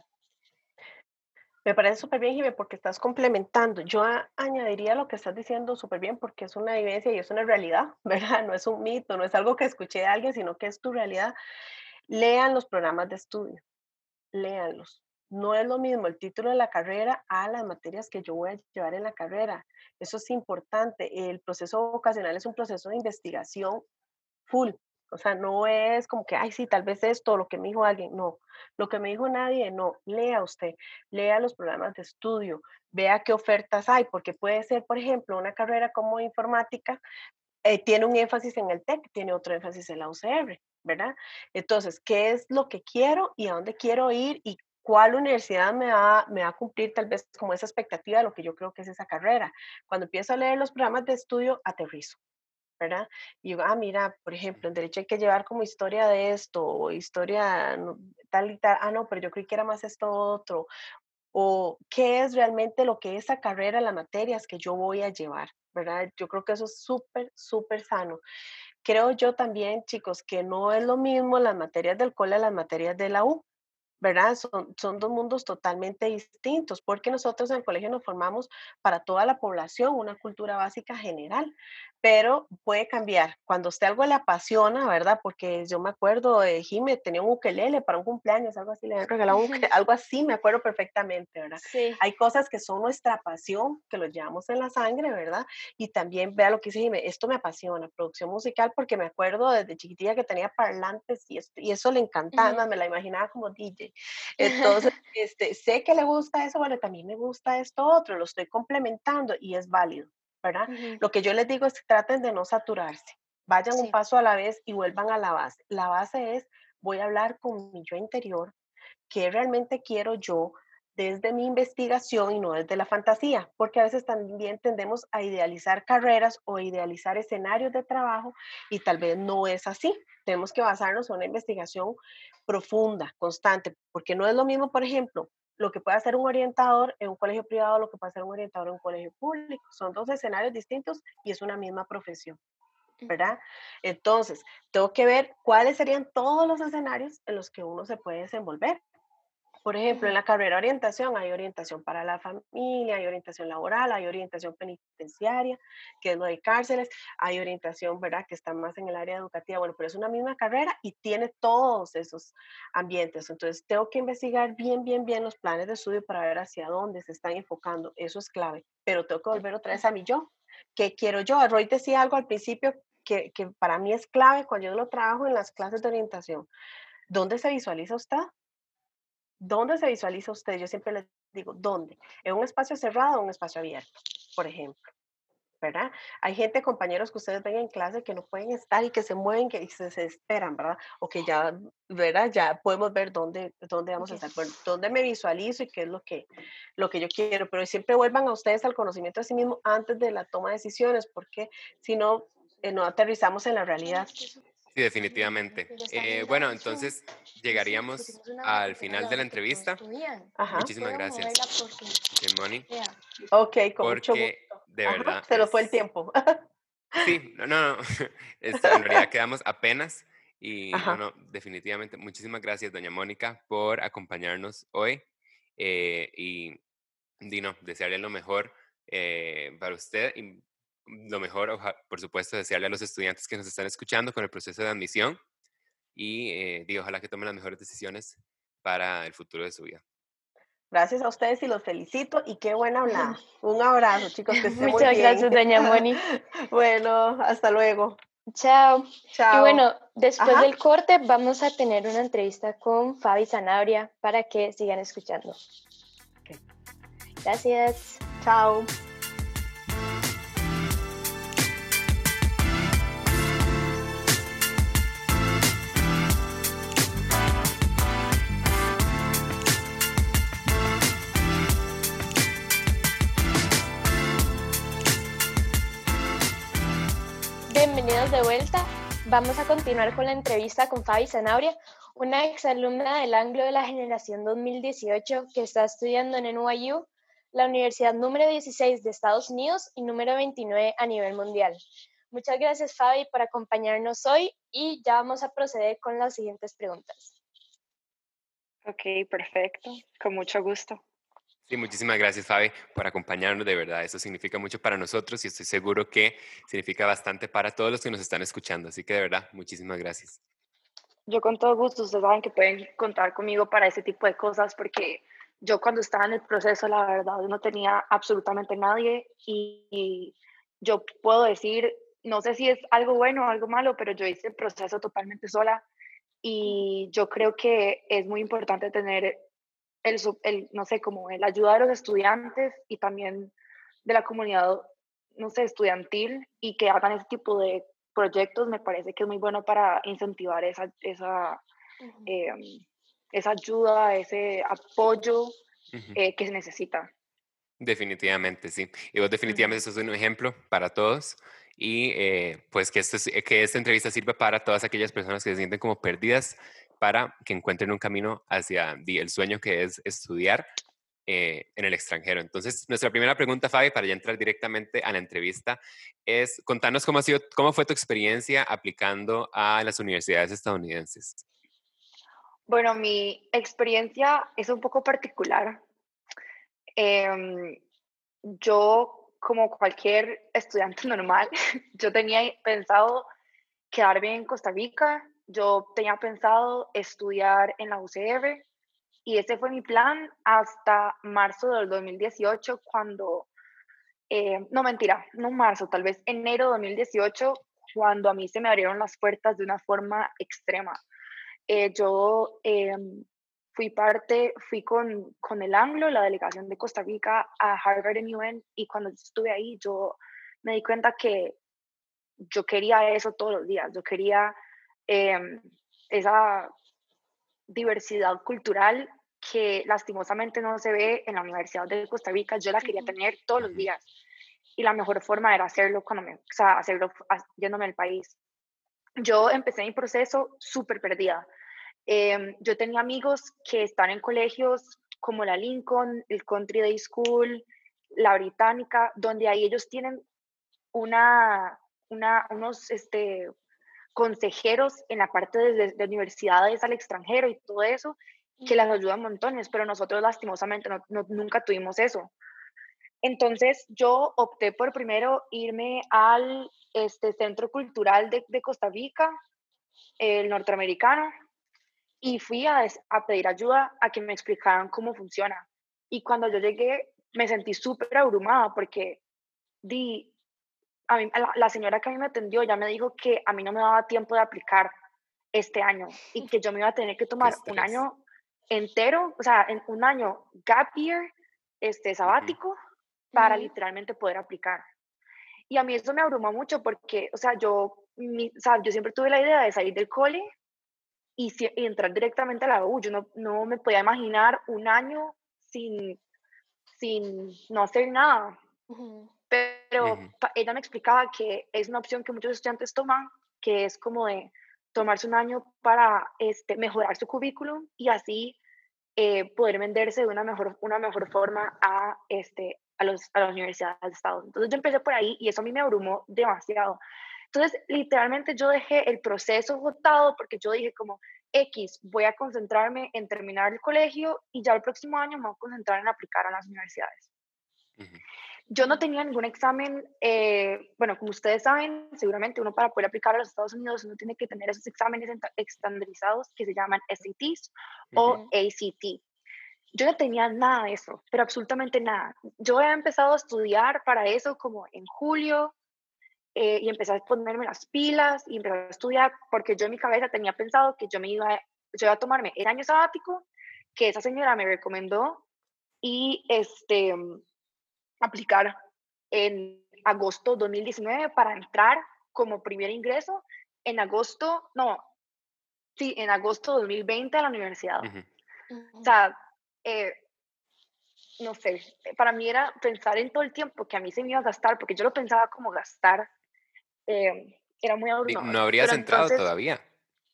Me parece súper bien, Jimé, porque estás complementando. Yo a- añadiría lo que estás diciendo súper bien, porque es una vivencia y es una realidad, ¿verdad? No es un mito, no es algo que escuché de alguien, sino que es tu realidad. Lean los programas de estudio, léanlos. No es lo mismo el título de la carrera a las materias que yo voy a llevar en la carrera. Eso es importante. El proceso vocacional es un proceso de investigación full. O sea, no es como que, ay, sí, tal vez esto, lo que me dijo alguien. No, lo que me dijo nadie, no. Lea usted, lea los programas de estudio, vea qué ofertas hay, porque puede ser, por ejemplo, una carrera como informática, eh, tiene un énfasis en el TEC, tiene otro énfasis en la U C R, ¿verdad? Entonces, ¿qué es lo que quiero y a dónde quiero ir y cuál universidad me va, me va a cumplir tal vez como esa expectativa de lo que yo creo que es esa carrera? Cuando empiezo a leer los programas de estudio, aterrizo. ¿Verdad? Y digo, ah, mira, por ejemplo, en derecho hay que llevar como historia de esto, o historia no, tal y tal, ah, no, pero yo creí que era más esto otro, o qué es realmente lo que esa carrera, las materias que yo voy a llevar, ¿verdad? Yo creo que eso es súper, súper sano. Creo yo también, chicos, que no es lo mismo las materias del cole a las materias de la U. ¿Verdad? Son, son dos mundos totalmente distintos, porque nosotros en el colegio nos formamos para toda la población, una cultura básica general, pero puede cambiar. Cuando a usted algo le apasiona, ¿verdad? Porque yo me acuerdo de Jime, tenía un ukelele para un cumpleaños, algo así, le habían regalado un ukelele, algo así, me acuerdo perfectamente, ¿verdad? Sí. Hay cosas que son nuestra pasión, que lo llevamos en la sangre, ¿verdad? Y también vea lo que dice Jime, esto me apasiona, producción musical, porque me acuerdo desde chiquitilla que tenía parlantes y, esto, y eso le encantaba, Ujú. más me la imaginaba como D J. Entonces, este, sé que le gusta eso, bueno, también me gusta esto otro, lo estoy complementando y es válido, ¿verdad? Ujú. Lo que yo les digo es que traten de no saturarse, vayan un Sí. paso a la vez y vuelvan a la base. La base es, voy a hablar con mi yo interior, qué realmente quiero yo desde mi investigación y no desde la fantasía, porque a veces también tendemos a idealizar carreras o idealizar escenarios de trabajo y tal vez no es así. Tenemos que basarnos en una investigación profunda, constante, porque no es lo mismo, por ejemplo, lo que puede hacer un orientador en un colegio privado, lo que puede hacer un orientador en un colegio público. Son dos escenarios distintos y es una misma profesión. ¿verdad? Entonces, tengo que ver cuáles serían todos los escenarios en los que uno se puede desenvolver. Por ejemplo, en la carrera de orientación hay orientación para la familia, hay orientación laboral, hay orientación penitenciaria, que es lo de cárceles, hay orientación, ¿verdad?, que está más en el área educativa. Bueno, pero es una misma carrera y tiene todos esos ambientes. Entonces, tengo que investigar bien, bien, bien los planes de estudio para ver hacia dónde se están enfocando. Eso es clave. Pero tengo que volver otra vez a mi yo. ¿Qué quiero yo? Roy decía algo al principio que, que para mí es clave cuando yo lo trabajo en las clases de orientación. ¿Dónde se visualiza usted? ¿Dónde se visualiza usted? Yo siempre les digo, ¿dónde? ¿En un espacio cerrado o un espacio abierto? Por ejemplo, ¿verdad? Hay gente, compañeros que ustedes ven en clase que no pueden estar y que se mueven, que se, se esperan, ¿verdad? O que ya, ¿verdad? Ya podemos ver dónde, dónde vamos a Okay. estar, bueno, dónde me visualizo y qué es lo que, lo que yo quiero. Pero siempre vuelvan a ustedes al conocimiento de sí mismo antes de la toma de decisiones, porque si no, eh, no aterrizamos en la realidad. Sí, definitivamente. Eh, bueno, entonces llegaríamos al final de la entrevista. Ajá. Muchísimas gracias, Moni, Ok, con mucho gusto. porque de Ajá, verdad se nos fue el es... tiempo. Sí, no, no, no. Esto, en realidad quedamos apenas y no, Ajá. no, definitivamente. Muchísimas gracias, doña Mónica, por acompañarnos hoy eh, y, Dino, desearle lo mejor eh, para usted y lo mejor, oja- por supuesto, desearle a los estudiantes que nos están escuchando con el proceso de admisión y eh, digo, ojalá que tomen las mejores decisiones para el futuro de su vida. Gracias a ustedes y los felicito y qué buena hablada. Un abrazo, chicos, que estén muy Muchas bien. gracias, doña Moni. Bueno, hasta luego. Chao. Y Chao. bueno, después Ajá. del corte vamos a tener una entrevista con Fabi Sanabria para que sigan escuchando. Ok. Gracias. Chao. Bienvenidos de vuelta. Vamos a continuar con la entrevista con Fabi Sanabria, una exalumna del Anglo de la generación dos mil dieciocho que está estudiando en N Y U, la universidad número dieciséis de Estados Unidos y número veintinueve a nivel mundial. Muchas gracias, Fabi, por acompañarnos hoy y ya vamos a proceder con las siguientes preguntas. Ok, perfecto, con mucho gusto. Sí, muchísimas gracias, Fabi, por acompañarnos. De verdad, eso significa mucho para nosotros y estoy seguro que significa bastante para todos los que nos están escuchando. Así que de verdad, muchísimas gracias. Yo con todo gusto, ustedes saben que pueden contar conmigo para ese tipo de cosas porque yo cuando estaba en el proceso, la verdad, no tenía absolutamente nadie y, y yo puedo decir, no sé si es algo bueno o algo malo, pero yo hice el proceso totalmente sola y yo creo que es muy importante tener el, el no sé, como el ayuda de los estudiantes y también de la comunidad, no sé, estudiantil y que hagan ese tipo de proyectos, me parece que es muy bueno para incentivar esa, esa, Uh-huh. eh, esa ayuda, ese apoyo Uh-huh. eh, que se necesita. Definitivamente, sí. Y vos definitivamente uh-huh. sos un ejemplo para todos y eh, pues que, esto, que esta entrevista sirva para todas aquellas personas que se sienten como perdidas para que encuentren un camino hacia el sueño que es estudiar eh, en el extranjero. Entonces, nuestra primera pregunta, Fabi, para ya entrar directamente a la entrevista, es contanos cómo, ha sido, cómo fue tu experiencia aplicando a las universidades estadounidenses. Bueno, mi experiencia es un poco particular. Eh, yo, como cualquier estudiante normal, yo tenía pensado quedarme en Costa Rica, yo tenía pensado estudiar en la U C R y ese fue mi plan hasta marzo del dos mil dieciocho, cuando, eh, no mentira, no marzo, tal vez enero de dos mil dieciocho, cuando a mí se me abrieron las puertas de una forma extrema. Eh, yo eh, fui parte, fui con, con el Anglo, la delegación de Costa Rica, a Harvard en U N, y cuando estuve ahí yo me di cuenta que yo quería eso todos los días, yo quería eh, esa diversidad cultural que lastimosamente no se ve en la Universidad de Costa Rica, yo la quería tener todos los días, y la mejor forma era hacerlo, cuando me, o sea, hacerlo yéndome al país. Yo empecé mi proceso súper perdida. Eh, yo tenía amigos que están en colegios como la Lincoln, el Country Day School, la Británica, donde ahí ellos tienen una, una, unos este, consejeros en la parte de, de universidades al extranjero y todo eso, que las ayudan montones, pero nosotros lastimosamente no, no, nunca tuvimos eso. Entonces yo opté por primero irme al este, Centro Cultural de, de Costa Rica, el norteamericano, y fui a, a pedir ayuda a que me explicaran cómo funciona. Y cuando yo llegué me sentí súper abrumada porque di, a mí, la, la señora que a mí me atendió ya me dijo que a mí no me daba tiempo de aplicar este año y que yo me iba a tener que tomar un año entero, o sea, en un año gap year, este, sabático, uh-huh. para uh-huh. literalmente poder aplicar. Y a mí eso me abrumó mucho porque, o sea, yo, mi, o sea, yo siempre tuve la idea de salir del cole y, si, y entrar directamente a la U. Yo no, no me podía imaginar un año sin, sin no hacer nada. Uh-huh. Pero uh-huh. ella me explicaba que es una opción que muchos estudiantes toman, que es como de tomarse un año para este, mejorar su currículum y así eh, poder venderse de una mejor, una mejor forma a, este, a, los, a las universidades de Estados Unidos. Entonces yo empecé por ahí y eso a mí me abrumó demasiado. Entonces literalmente yo dejé el proceso votado porque yo dije como X, voy a concentrarme en terminar el colegio y ya el próximo año me voy a concentrar en aplicar a las universidades. Uh-huh. Yo no tenía ningún examen, eh, bueno, como ustedes saben, seguramente uno para poder aplicar a los Estados Unidos uno tiene que tener esos exámenes estandarizados que se llaman S A Ts uh-huh. o A C T. Yo no tenía nada de eso, pero absolutamente nada. Yo había empezado a estudiar para eso como en julio eh, y empecé a ponerme las pilas y empecé a estudiar porque yo en mi cabeza tenía pensado que yo me iba, yo iba a tomarme el año sabático que esa señora me recomendó y este... aplicar en agosto dos mil diecinueve para entrar como primer ingreso en agosto, no, sí, en agosto dos mil veinte a la universidad. Uh-huh. O sea, eh, no sé, para mí era pensar en todo el tiempo que a mí se me iba a gastar, porque yo lo pensaba como gastar, eh, era muy abrumador. ¿No habrías Pero entrado entonces, todavía a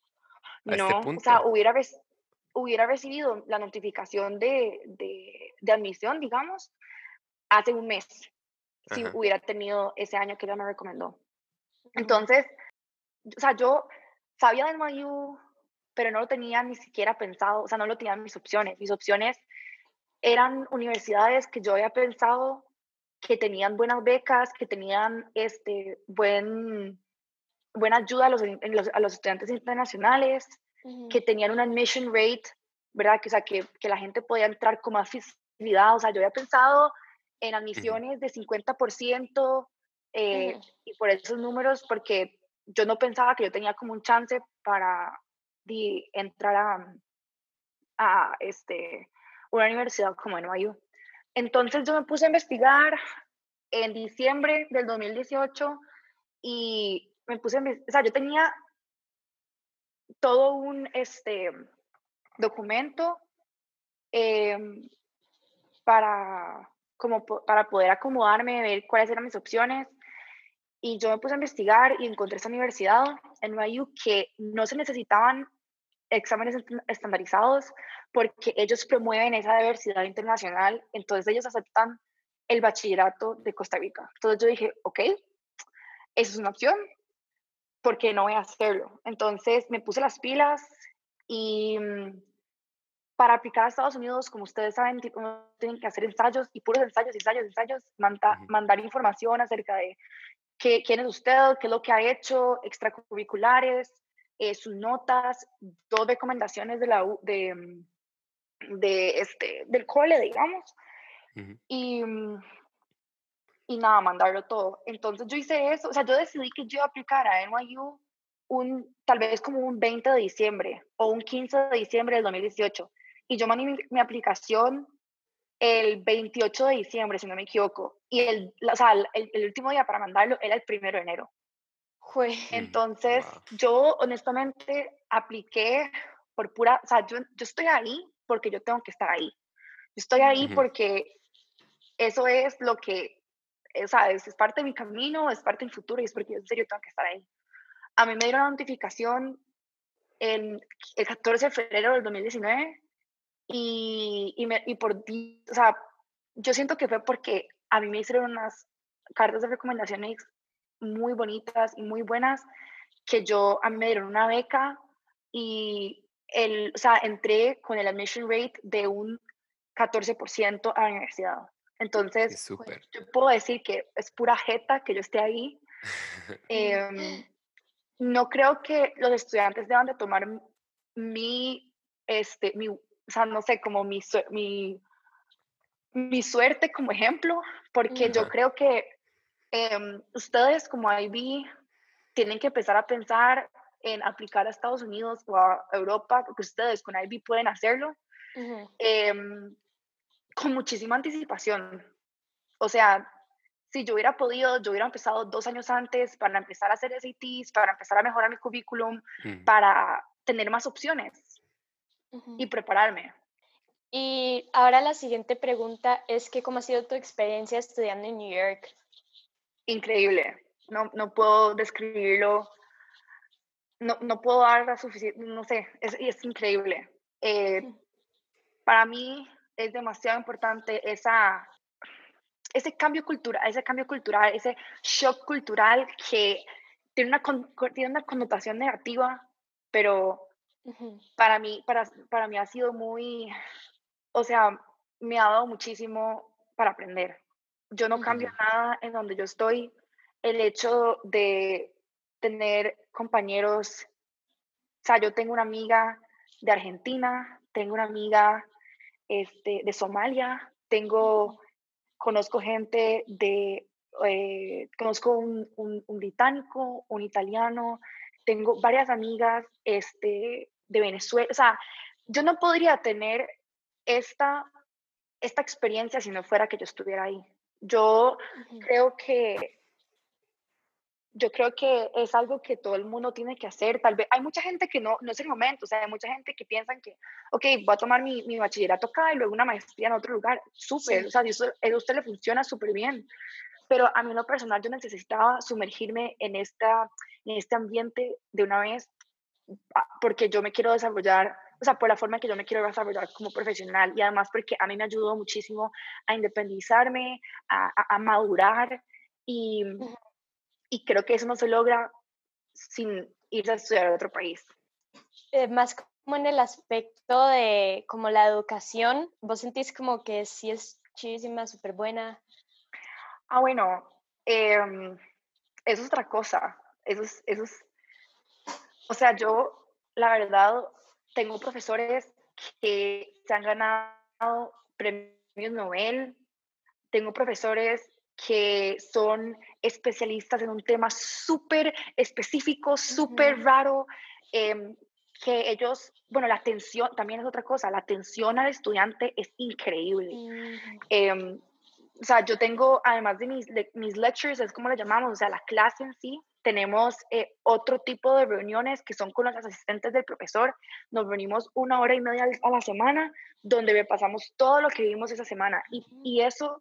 no, este punto? O sea, hubiera, hubiera recibido la notificación de, de, de admisión, digamos, hace un mes. Si uh-huh. hubiera tenido ese año que ella me recomendó. Entonces, o sea, yo sabía del N Y U, pero no lo tenía ni siquiera pensado, o sea, no lo tenía en mis opciones. Mis opciones eran universidades que yo había pensado que tenían buenas becas, que tenían este, buen, buena ayuda a los, los, a los estudiantes internacionales, uh-huh. que tenían una admission rate, ¿verdad? Que, o sea, que, que la gente podía entrar con más facilidad. O sea, yo había pensado en admisiones uh-huh. de cincuenta por ciento eh, uh-huh. y por esos números, porque yo no pensaba que yo tenía como un chance para de, entrar a, a este, una universidad como N Y U. Entonces yo me puse a investigar en diciembre del dos mil dieciocho y me puse a investigar, o sea, yo tenía todo un este, documento eh, para... como para poder acomodarme, ver cuáles eran mis opciones. Y yo me puse a investigar y encontré esta universidad en N Y U que no se necesitaban exámenes estandarizados porque ellos promueven esa diversidad internacional, entonces ellos aceptan el bachillerato de Costa Rica. Entonces yo dije, ok, eso es una opción, ¿por qué no voy a hacerlo? Entonces me puse las pilas y... para aplicar a Estados Unidos, como ustedes saben, uno tienen que hacer ensayos y puros ensayos, ensayos, ensayos, manda, uh-huh. mandar información acerca de qué, quién es usted, qué es lo que ha hecho, extracurriculares, eh, sus notas, dos recomendaciones de la, de, de este, del cole, digamos, uh-huh. y, y nada, mandarlo todo. Entonces yo hice eso, o sea, yo decidí que yo iba a aplicar a N Y U un, tal vez como un veinte de diciembre o un quince de diciembre del dos mil dieciocho. Y yo mandé mi, mi aplicación el veintiocho de diciembre, si no me equivoco. Y el, o sea, el, el último día para mandarlo era el primero de enero. Fue. Entonces, wow. yo honestamente apliqué por pura... O sea, yo, yo estoy ahí porque yo tengo que estar ahí. Yo estoy ahí uh-huh. porque eso es lo que... O sea, es, es parte de mi camino, es parte de mi futuro y es porque yo en serio tengo que estar ahí. A mí me dieron la notificación el, el catorce de febrero del dos mil diecinueve. Y, y, me, y por, o sea, yo siento que fue porque a mí me hicieron unas cartas de recomendaciones muy bonitas y muy buenas, que yo, a mí me dieron una beca y el, o sea, entré con el admission rate de un catorce por ciento a la universidad. Es Entonces, súper. yo puedo decir que es pura jeta que yo esté ahí. Eh, no creo que los estudiantes deban de tomar mi, este, mi, o sea, no sé, como mi, mi, mi suerte como ejemplo, porque yo Ajá. creo que eh, ustedes como I B tienen que empezar a pensar en aplicar a Estados Unidos o a Europa, porque ustedes con I B pueden hacerlo Ujú. eh, con muchísima anticipación. O sea, si yo hubiera podido, yo hubiera empezado dos años antes para empezar a hacer S A Ts, para empezar a mejorar mi currículum, Ujú. para tener más opciones Ujú. y prepararme. Y ahora la siguiente pregunta es que ¿cómo ha sido tu experiencia estudiando en New York? Increíble. No, no puedo describirlo, no, no puedo dar la suficiente, no sé, es, es increíble. Eh, para mí es demasiado importante esa, ese cambio cultural, ese cambio cultural, ese shock cultural que tiene una, con, tiene una connotación negativa, pero Ujú. para mí, para, para mí ha sido muy, o sea, me ha dado muchísimo para aprender. Yo no cambio Ujú. nada en donde yo estoy. El hecho de tener compañeros, o sea, yo tengo una amiga de Argentina, tengo una amiga este, de Somalia, tengo, conozco gente de, eh, conozco un, un, un británico, un italiano, tengo varias amigas este, de Venezuela, o sea, yo no podría tener esta, esta experiencia si no fuera que yo estuviera ahí. Yo Ujú. creo que yo creo que es algo que todo el mundo tiene que hacer. Tal vez hay mucha gente que no, no es el momento, o sea, hay mucha gente que piensan que, ok, voy a tomar mi, mi bachillerato acá y luego una maestría en otro lugar. Súper, Sí. o sea, eso, eso a usted le funciona súper bien. Pero a mí en lo personal yo necesitaba sumergirme en, esta, en este ambiente de una vez porque yo me quiero desarrollar, o sea, por la forma en que yo me quiero desarrollar como profesional y además porque a mí me ayudó muchísimo a independizarme, a, a, a madurar y, Ujú. y creo que eso no se logra sin irse a estudiar a otro país. Eh, más como en el aspecto de como la educación, ¿vos sentís como que sí es chidísima, súper buena? Ah, bueno, eh, eso es otra cosa. Eso es, eso es, o sea, yo, la verdad, tengo profesores que se han ganado premios Nobel, tengo profesores que son especialistas en un tema súper específico, súper Ujú. raro, eh, que ellos, bueno, la atención también es otra cosa, la atención al estudiante es increíble. Ujú. Eh, o sea, yo tengo, además de mis, de mis lectures, es como le llamamos, o sea, la clase en sí, tenemos eh, otro tipo de reuniones que son con los asistentes del profesor. Nos reunimos una hora y media a la semana, donde pasamos todo lo que vimos esa semana. Y, y eso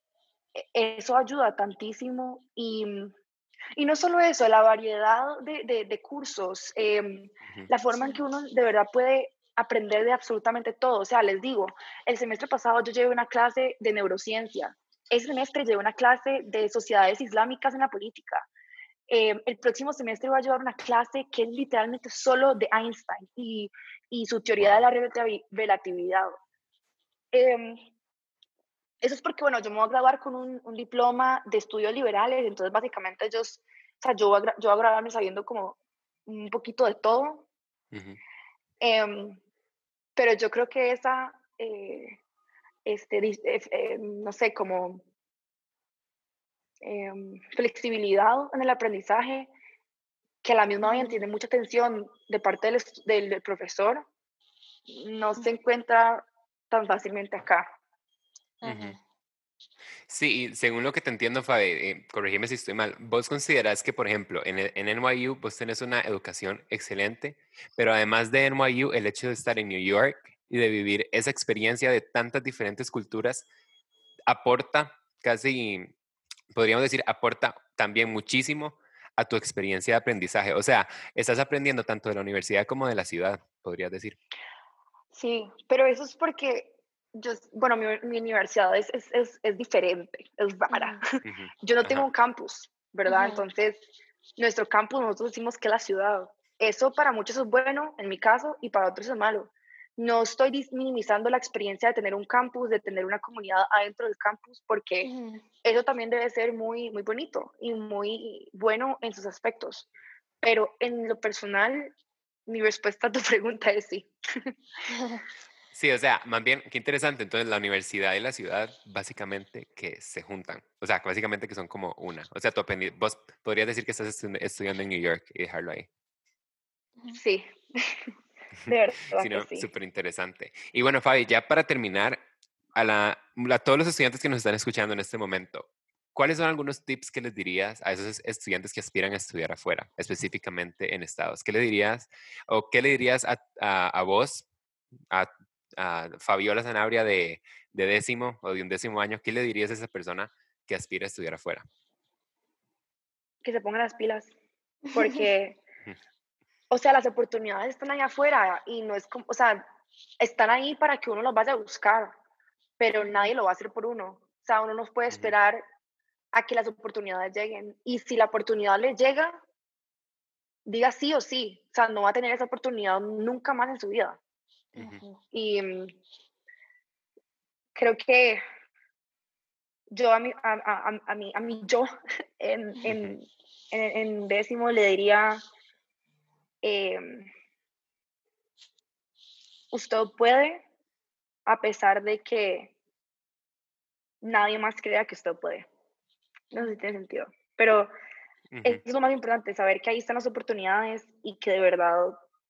eso ayuda tantísimo y, y no solo eso, la variedad de, de, de cursos, eh, Ujú. la forma en Sí. que uno de verdad puede aprender de absolutamente todo. O sea, les digo, el semestre pasado yo llevé una clase de neurociencia, ese semestre llevé una clase de sociedades islámicas en la política. Eh, el próximo semestre voy a llevar una clase que es literalmente solo de Einstein y, y su teoría Wow. de la relatividad. Eh, Eso es porque, bueno, yo me voy a graduar con un, un diploma de estudios liberales, entonces básicamente yo, o sea, yo, voy a, yo voy a graduarme sabiendo como un poquito de todo, Ujú. eh, pero yo creo que esa, eh, este, eh, eh, no sé, como eh, flexibilidad en el aprendizaje, que a la misma vez Ujú. tiene mucha atención de parte del, del, del profesor, no se Ujú. encuentra tan fácilmente acá. Ujú. Ajá. Sí, y según lo que te entiendo, Fabi, eh, corrígeme si estoy mal, vos considerás que, por ejemplo, en, el- en N Y U vos tenés una educación excelente, pero además de N Y U, el hecho de estar en New York y de vivir esa experiencia de tantas diferentes culturas aporta casi, podríamos decir, aporta también muchísimo a tu experiencia de aprendizaje. O sea, estás aprendiendo tanto de la universidad como de la ciudad, podrías decir. Sí, pero eso es porque yo, bueno, mi, mi universidad es, es, es, es diferente, es rara. Ujú. Ujú. Yo no tengo Ajá. un campus. ¿verdad? Ujú. Entonces, nuestro campus, nosotros decimos que es la ciudad. Eso para muchos es bueno, en mi caso, y para otros es malo. No estoy dis- minimizando la experiencia de tener un campus, de tener una comunidad adentro del campus, porque Ujú. eso también debe ser muy, muy bonito y muy bueno en sus aspectos. Pero en lo personal, mi respuesta a tu pregunta es sí. Sí, o sea, más bien, qué interesante. Entonces, la universidad y la ciudad, básicamente, que se juntan. O sea, que básicamente que son como una. O sea, tú aprendi- vos podrías decir que estás estu- estudiando en New York y dejarlo ahí. Sí, de verdad Sí, que no, sí. súper interesante. Y bueno, Fabi, ya para terminar, a, la, a todos los estudiantes que nos están escuchando en este momento, ¿cuáles son algunos tips que les dirías a esos estudiantes que aspiran a estudiar afuera, específicamente en Estados? ¿Qué le dirías o qué le dirías a, a, a vos, a, a Fabiola Sanabria de, de décimo o de un décimo año, qué le dirías a esa persona que aspira a estudiar afuera? Que se pongan las pilas, porque, o sea, las oportunidades están ahí afuera y no es como, o sea, están ahí para que uno los vaya a buscar, pero nadie lo va a hacer por uno. O sea, uno no puede Ujú, esperar a que las oportunidades lleguen. Y si la oportunidad le llega, diga sí o sí. O sea, no va a tener esa oportunidad nunca más en su vida. ujú, Ujú. Y mm, creo que yo a mi, a, a, a- a mi, a mi yo en, ujú, en, en, en décimo le diría, em, usted puede, a pesar de que nadie más crea que usted puede. No sé si tiene sentido. Pero ujú. eso es lo más importante, saber que ahí están las oportunidades y que de verdad,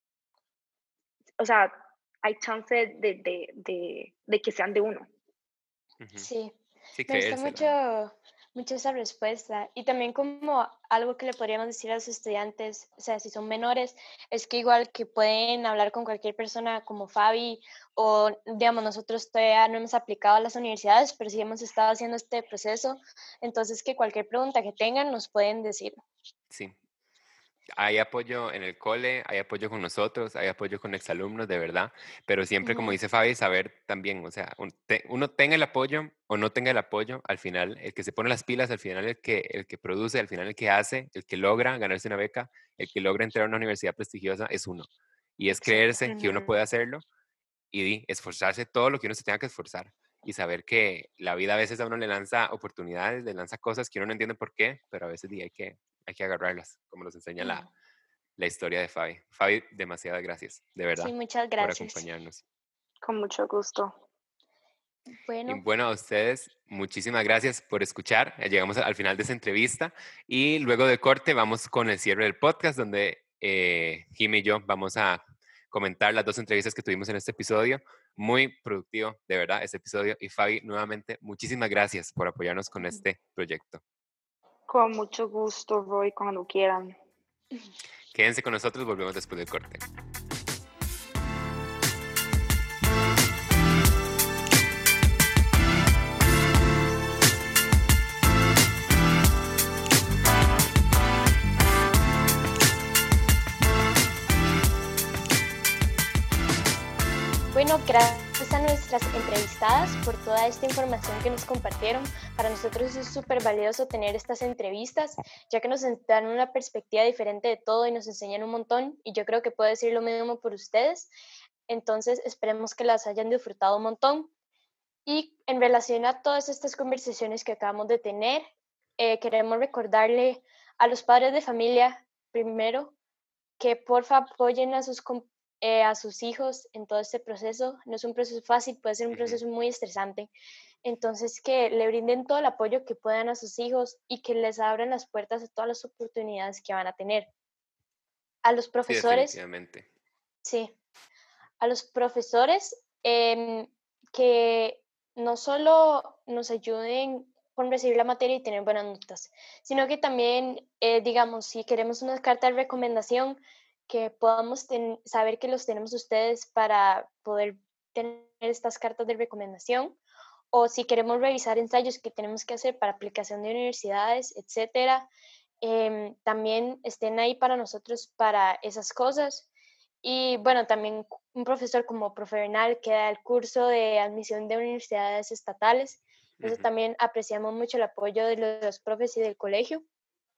o sea, hay chance de, de, de, de que sean de uno. Ujú. Sí, Sí, me gusta creérsela. mucho, mucho esa respuesta. Y también como algo que le podríamos decir a los estudiantes, o sea, si son menores, es que igual que pueden hablar con cualquier persona como Fabi o, digamos, nosotros todavía no hemos aplicado a las universidades, pero sí hemos estado haciendo este proceso. Entonces, que cualquier pregunta que tengan nos pueden decir. Sí. Hay apoyo en el cole, hay apoyo con nosotros, hay apoyo con exalumnos, de verdad, pero siempre, como Ujú. dice Fabi, saber también, o sea, un- te- uno tenga el apoyo o no tenga el apoyo, al final, el que se pone las pilas, al final el que, el que produce, al final el que hace, el que logra ganarse una beca, el que logra entrar a una universidad prestigiosa es uno. Y es Exacto. creerse que uno puede hacerlo y di, esforzarse todo lo que uno se tenga que esforzar y saber que la vida a veces a uno le lanza oportunidades, le lanza cosas que uno no entiende por qué, pero a veces di, hay que, hay que agarrarlas, como nos enseña la, Ujú. la historia de Fabi. Fabi, demasiadas gracias, de Sí, verdad, muchas por gracias. acompañarnos. Con mucho gusto. Y Bueno, bueno, a ustedes, muchísimas gracias por escuchar. Ya llegamos al final de esta entrevista y luego de corte vamos con el cierre del podcast donde eh, Jimmy y yo vamos a comentar las dos entrevistas que tuvimos en este episodio. Muy productivo, de verdad, este episodio. Y Fabi, nuevamente, muchísimas gracias por apoyarnos con este proyecto. Con mucho gusto, Roy, cuando quieran. Quédense con nosotros, volvemos después del corte. bueno, gracias a nuestras entrevistadas por toda esta información que nos compartieron. Para nosotros es súper valioso tener estas entrevistas, ya que nos dan una perspectiva diferente de todo y nos enseñan un montón. Y yo creo que puedo decir lo mismo por ustedes. Entonces, esperemos que las hayan disfrutado un montón. Y en relación a todas estas conversaciones que acabamos de tener, eh, queremos recordarle a los padres de familia, primero, que porfa apoyen a sus, eh, a sus hijos en todo este proceso. No es un proceso fácil, puede ser un Ujú. proceso muy estresante. Entonces, que le brinden todo el apoyo que puedan a sus hijos y que les abran las puertas a todas las oportunidades que van a tener. A los Sí, profesores, definitivamente. sí, a los profesores eh, que no solo nos ayuden con recibir la materia y tener buenas notas, sino que también, eh, digamos, si queremos una carta de recomendación, que podamos ten- saber que los tenemos ustedes para poder tener estas cartas de recomendación, o si queremos revisar ensayos que tenemos que hacer para aplicación de universidades, etcétera, em, también estén ahí para nosotros para esas cosas. Y bueno, también un profesor como Profe Bernal que da el curso de admisión de universidades estatales. Eso Ujú. también apreciamos mucho el apoyo de los profes y del colegio.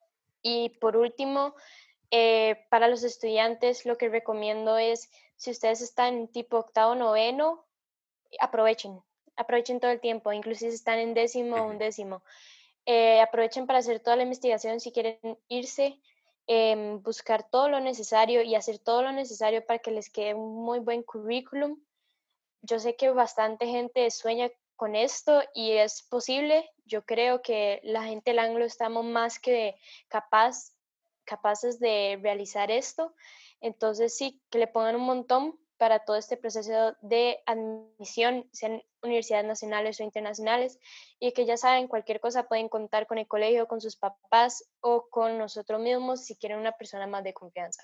Y por último, eh, para los estudiantes lo que recomiendo es, si ustedes están tipo octavo, noveno, aprovechen, aprovechen todo el tiempo, inclusive si están en décimo o Ujú. undécimo. Eh, aprovechen para hacer toda la investigación si quieren irse, em, buscar todo lo necesario y hacer todo lo necesario para que les quede un muy buen currículum. Yo sé que bastante gente sueña con esto y es posible. Yo creo que la gente del Anglo estamos más que capaz, capaces de realizar esto. Entonces sí, que le pongan un montón para todo este proceso de admisión, sean universidades nacionales o internacionales, y que ya saben, cualquier cosa pueden contar con el colegio, con sus papás o con nosotros mismos si quieren una persona más de confianza.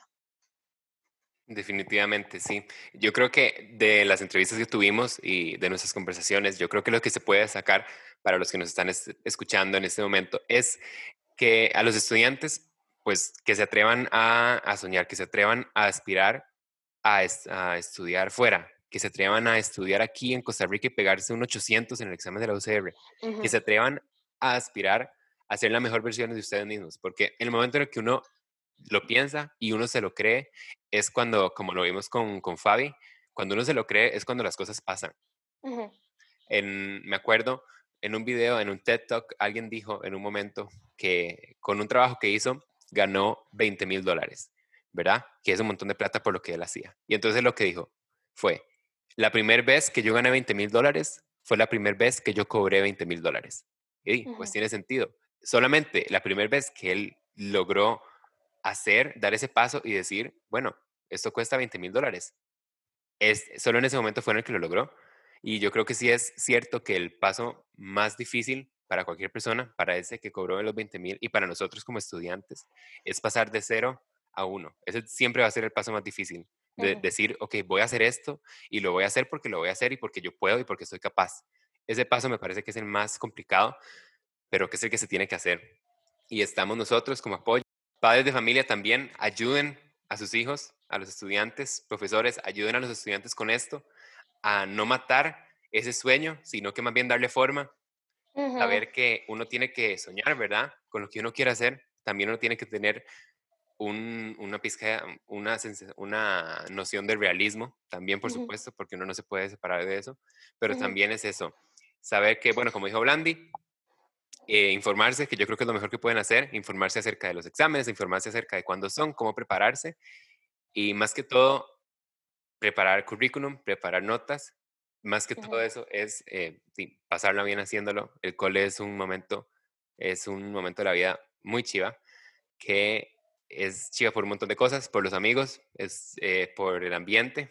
Definitivamente, sí. Yo creo que de las entrevistas que tuvimos y de nuestras conversaciones, yo creo que lo que se puede sacar para los que nos están es- escuchando en este momento es que a los estudiantes, pues, que se atrevan a, a soñar, que se atrevan a aspirar a, es- a estudiar fuera, que se atrevan a estudiar aquí en Costa Rica y pegarse un ochocientos en el examen de la U C R, que Ujú, se atrevan a aspirar a ser la mejor versión de ustedes mismos, porque en el momento en el que uno lo piensa y uno se lo cree, es cuando, como lo vimos con, con Fabi, cuando uno se lo cree es cuando las cosas pasan. ujú, En, me acuerdo en un video, en un TED Talk, alguien dijo en un momento que con un trabajo que hizo ganó veinte mil dólares, ¿verdad? Que es un montón de plata por lo que él hacía. Y entonces lo que dijo fue, la primera vez que yo gané veinte mil dólares fue la primera vez que yo cobré veinte mil dólares. Y pues ujú, tiene sentido. Solamente la primera vez que él logró hacer, dar ese paso y decir, bueno, esto cuesta veinte mil dólares. Es, solo en ese momento fue en el que lo logró. Y yo creo que sí es cierto que el paso más difícil para cualquier persona, para ese que cobró los veinte mil y para nosotros como estudiantes, es pasar de cero a uno. Ese siempre va a ser el paso más difícil, de ujú, decir, ok, voy a hacer esto y lo voy a hacer porque lo voy a hacer y porque yo puedo y porque soy capaz. Ese paso me parece que es el más complicado, pero que es el que se tiene que hacer. Y estamos nosotros como apoyo. Padres de familia también ayuden a sus hijos, a los estudiantes, profesores, ayuden a los estudiantes con esto, a no matar ese sueño, sino que más bien darle forma, ujú, saber que uno tiene que soñar, ¿verdad? Con lo que uno quiere hacer, también uno tiene que tener un, una pizca, una, sensa- una noción de realismo, también por ujú, supuesto, porque uno no se puede separar de eso, pero ujú, también es eso, saber que, bueno, como dijo Blandi, eh, informarse, que yo creo que es lo mejor que pueden hacer, informarse acerca de los exámenes, informarse acerca de cuándo son, cómo prepararse y más que todo, preparar currículum, preparar notas. Más que todo ujú. eso es eh, sí, pasarla bien haciéndolo. El cole es un momento, es un momento de la vida muy chiva, que es chiva por un montón de cosas, por los amigos, es eh, por el ambiente,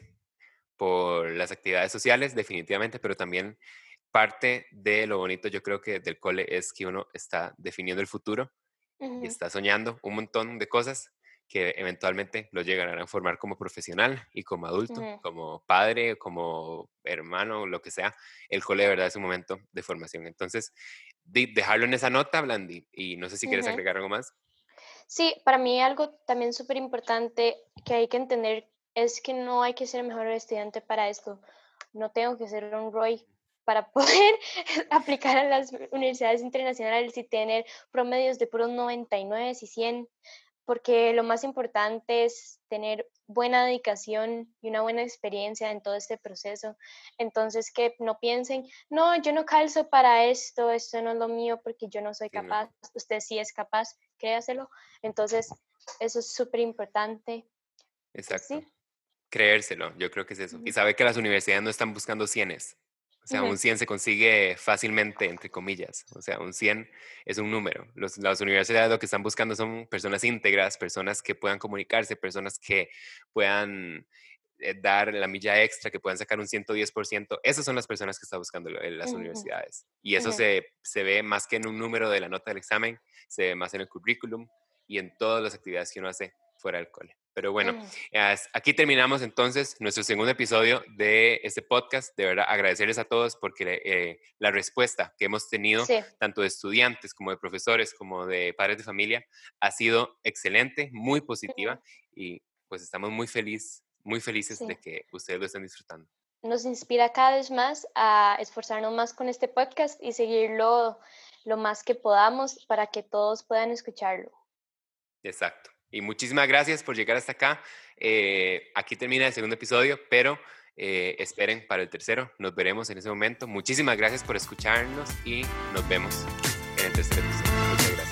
por las actividades sociales, definitivamente, pero también parte de lo bonito, yo creo que del cole es que uno está definiendo el futuro y Ujú, está soñando un montón de cosas que eventualmente lo llegarán a formar como profesional y como adulto, ujú. como padre, como hermano, lo que sea. El cole de verdad es un momento de formación. Entonces, di- dejarlo en esa nota, Blandi, y no sé si quieres Ujú. agregar algo más. Sí, para mí algo también súper importante que hay que entender es que no hay que ser el mejor estudiante para esto. No tengo que ser un Roy para poder aplicar a las universidades internacionales y tener promedios de puros noventa y nueve y cien, porque lo más importante es tener buena dedicación y una buena experiencia en todo este proceso. Entonces, que no piensen, no, yo no calzo para esto, esto no es lo mío porque yo no soy Sí, no, capaz, usted sí es capaz, créaselo. Entonces, eso es súper importante. Y exacto. sí. Creérselo, yo creo que es eso. Y Ujú, saber que las universidades no están buscando cienes. O sea, ujú, un cien se consigue fácilmente, entre comillas. O sea, un cien es un número. Los- las universidades lo que están buscando son personas íntegras, personas que puedan comunicarse, personas que puedan eh, dar la milla extra, que puedan sacar un ciento diez por ciento. Esas son las personas que están buscando lo- en las ujú, universidades. Y eso ujú, se, se ve más que en un número de la nota del examen, se ve más en el currículum y en todas las actividades que uno hace fuera del cole. Pero bueno, ujú. as- aquí terminamos entonces nuestro segundo episodio de este podcast. De verdad, agradecerles a todos porque eh, la respuesta que hemos tenido, Sí. tanto de estudiantes como de profesores, como de padres de familia, ha sido excelente, muy Ujú, positiva y pues estamos muy feliz, muy felices sí. de que ustedes lo estén disfrutando. Nos inspira cada vez más a esforzarnos más con este podcast y seguirlo lo más que podamos para que todos puedan escucharlo. Exacto. Y muchísimas gracias por llegar hasta acá. Eh, aquí termina el segundo episodio, pero eh, esperen para el tercero. Nos veremos en ese momento. Muchísimas gracias por escucharnos y nos vemos en el tercer episodio. Muchas gracias.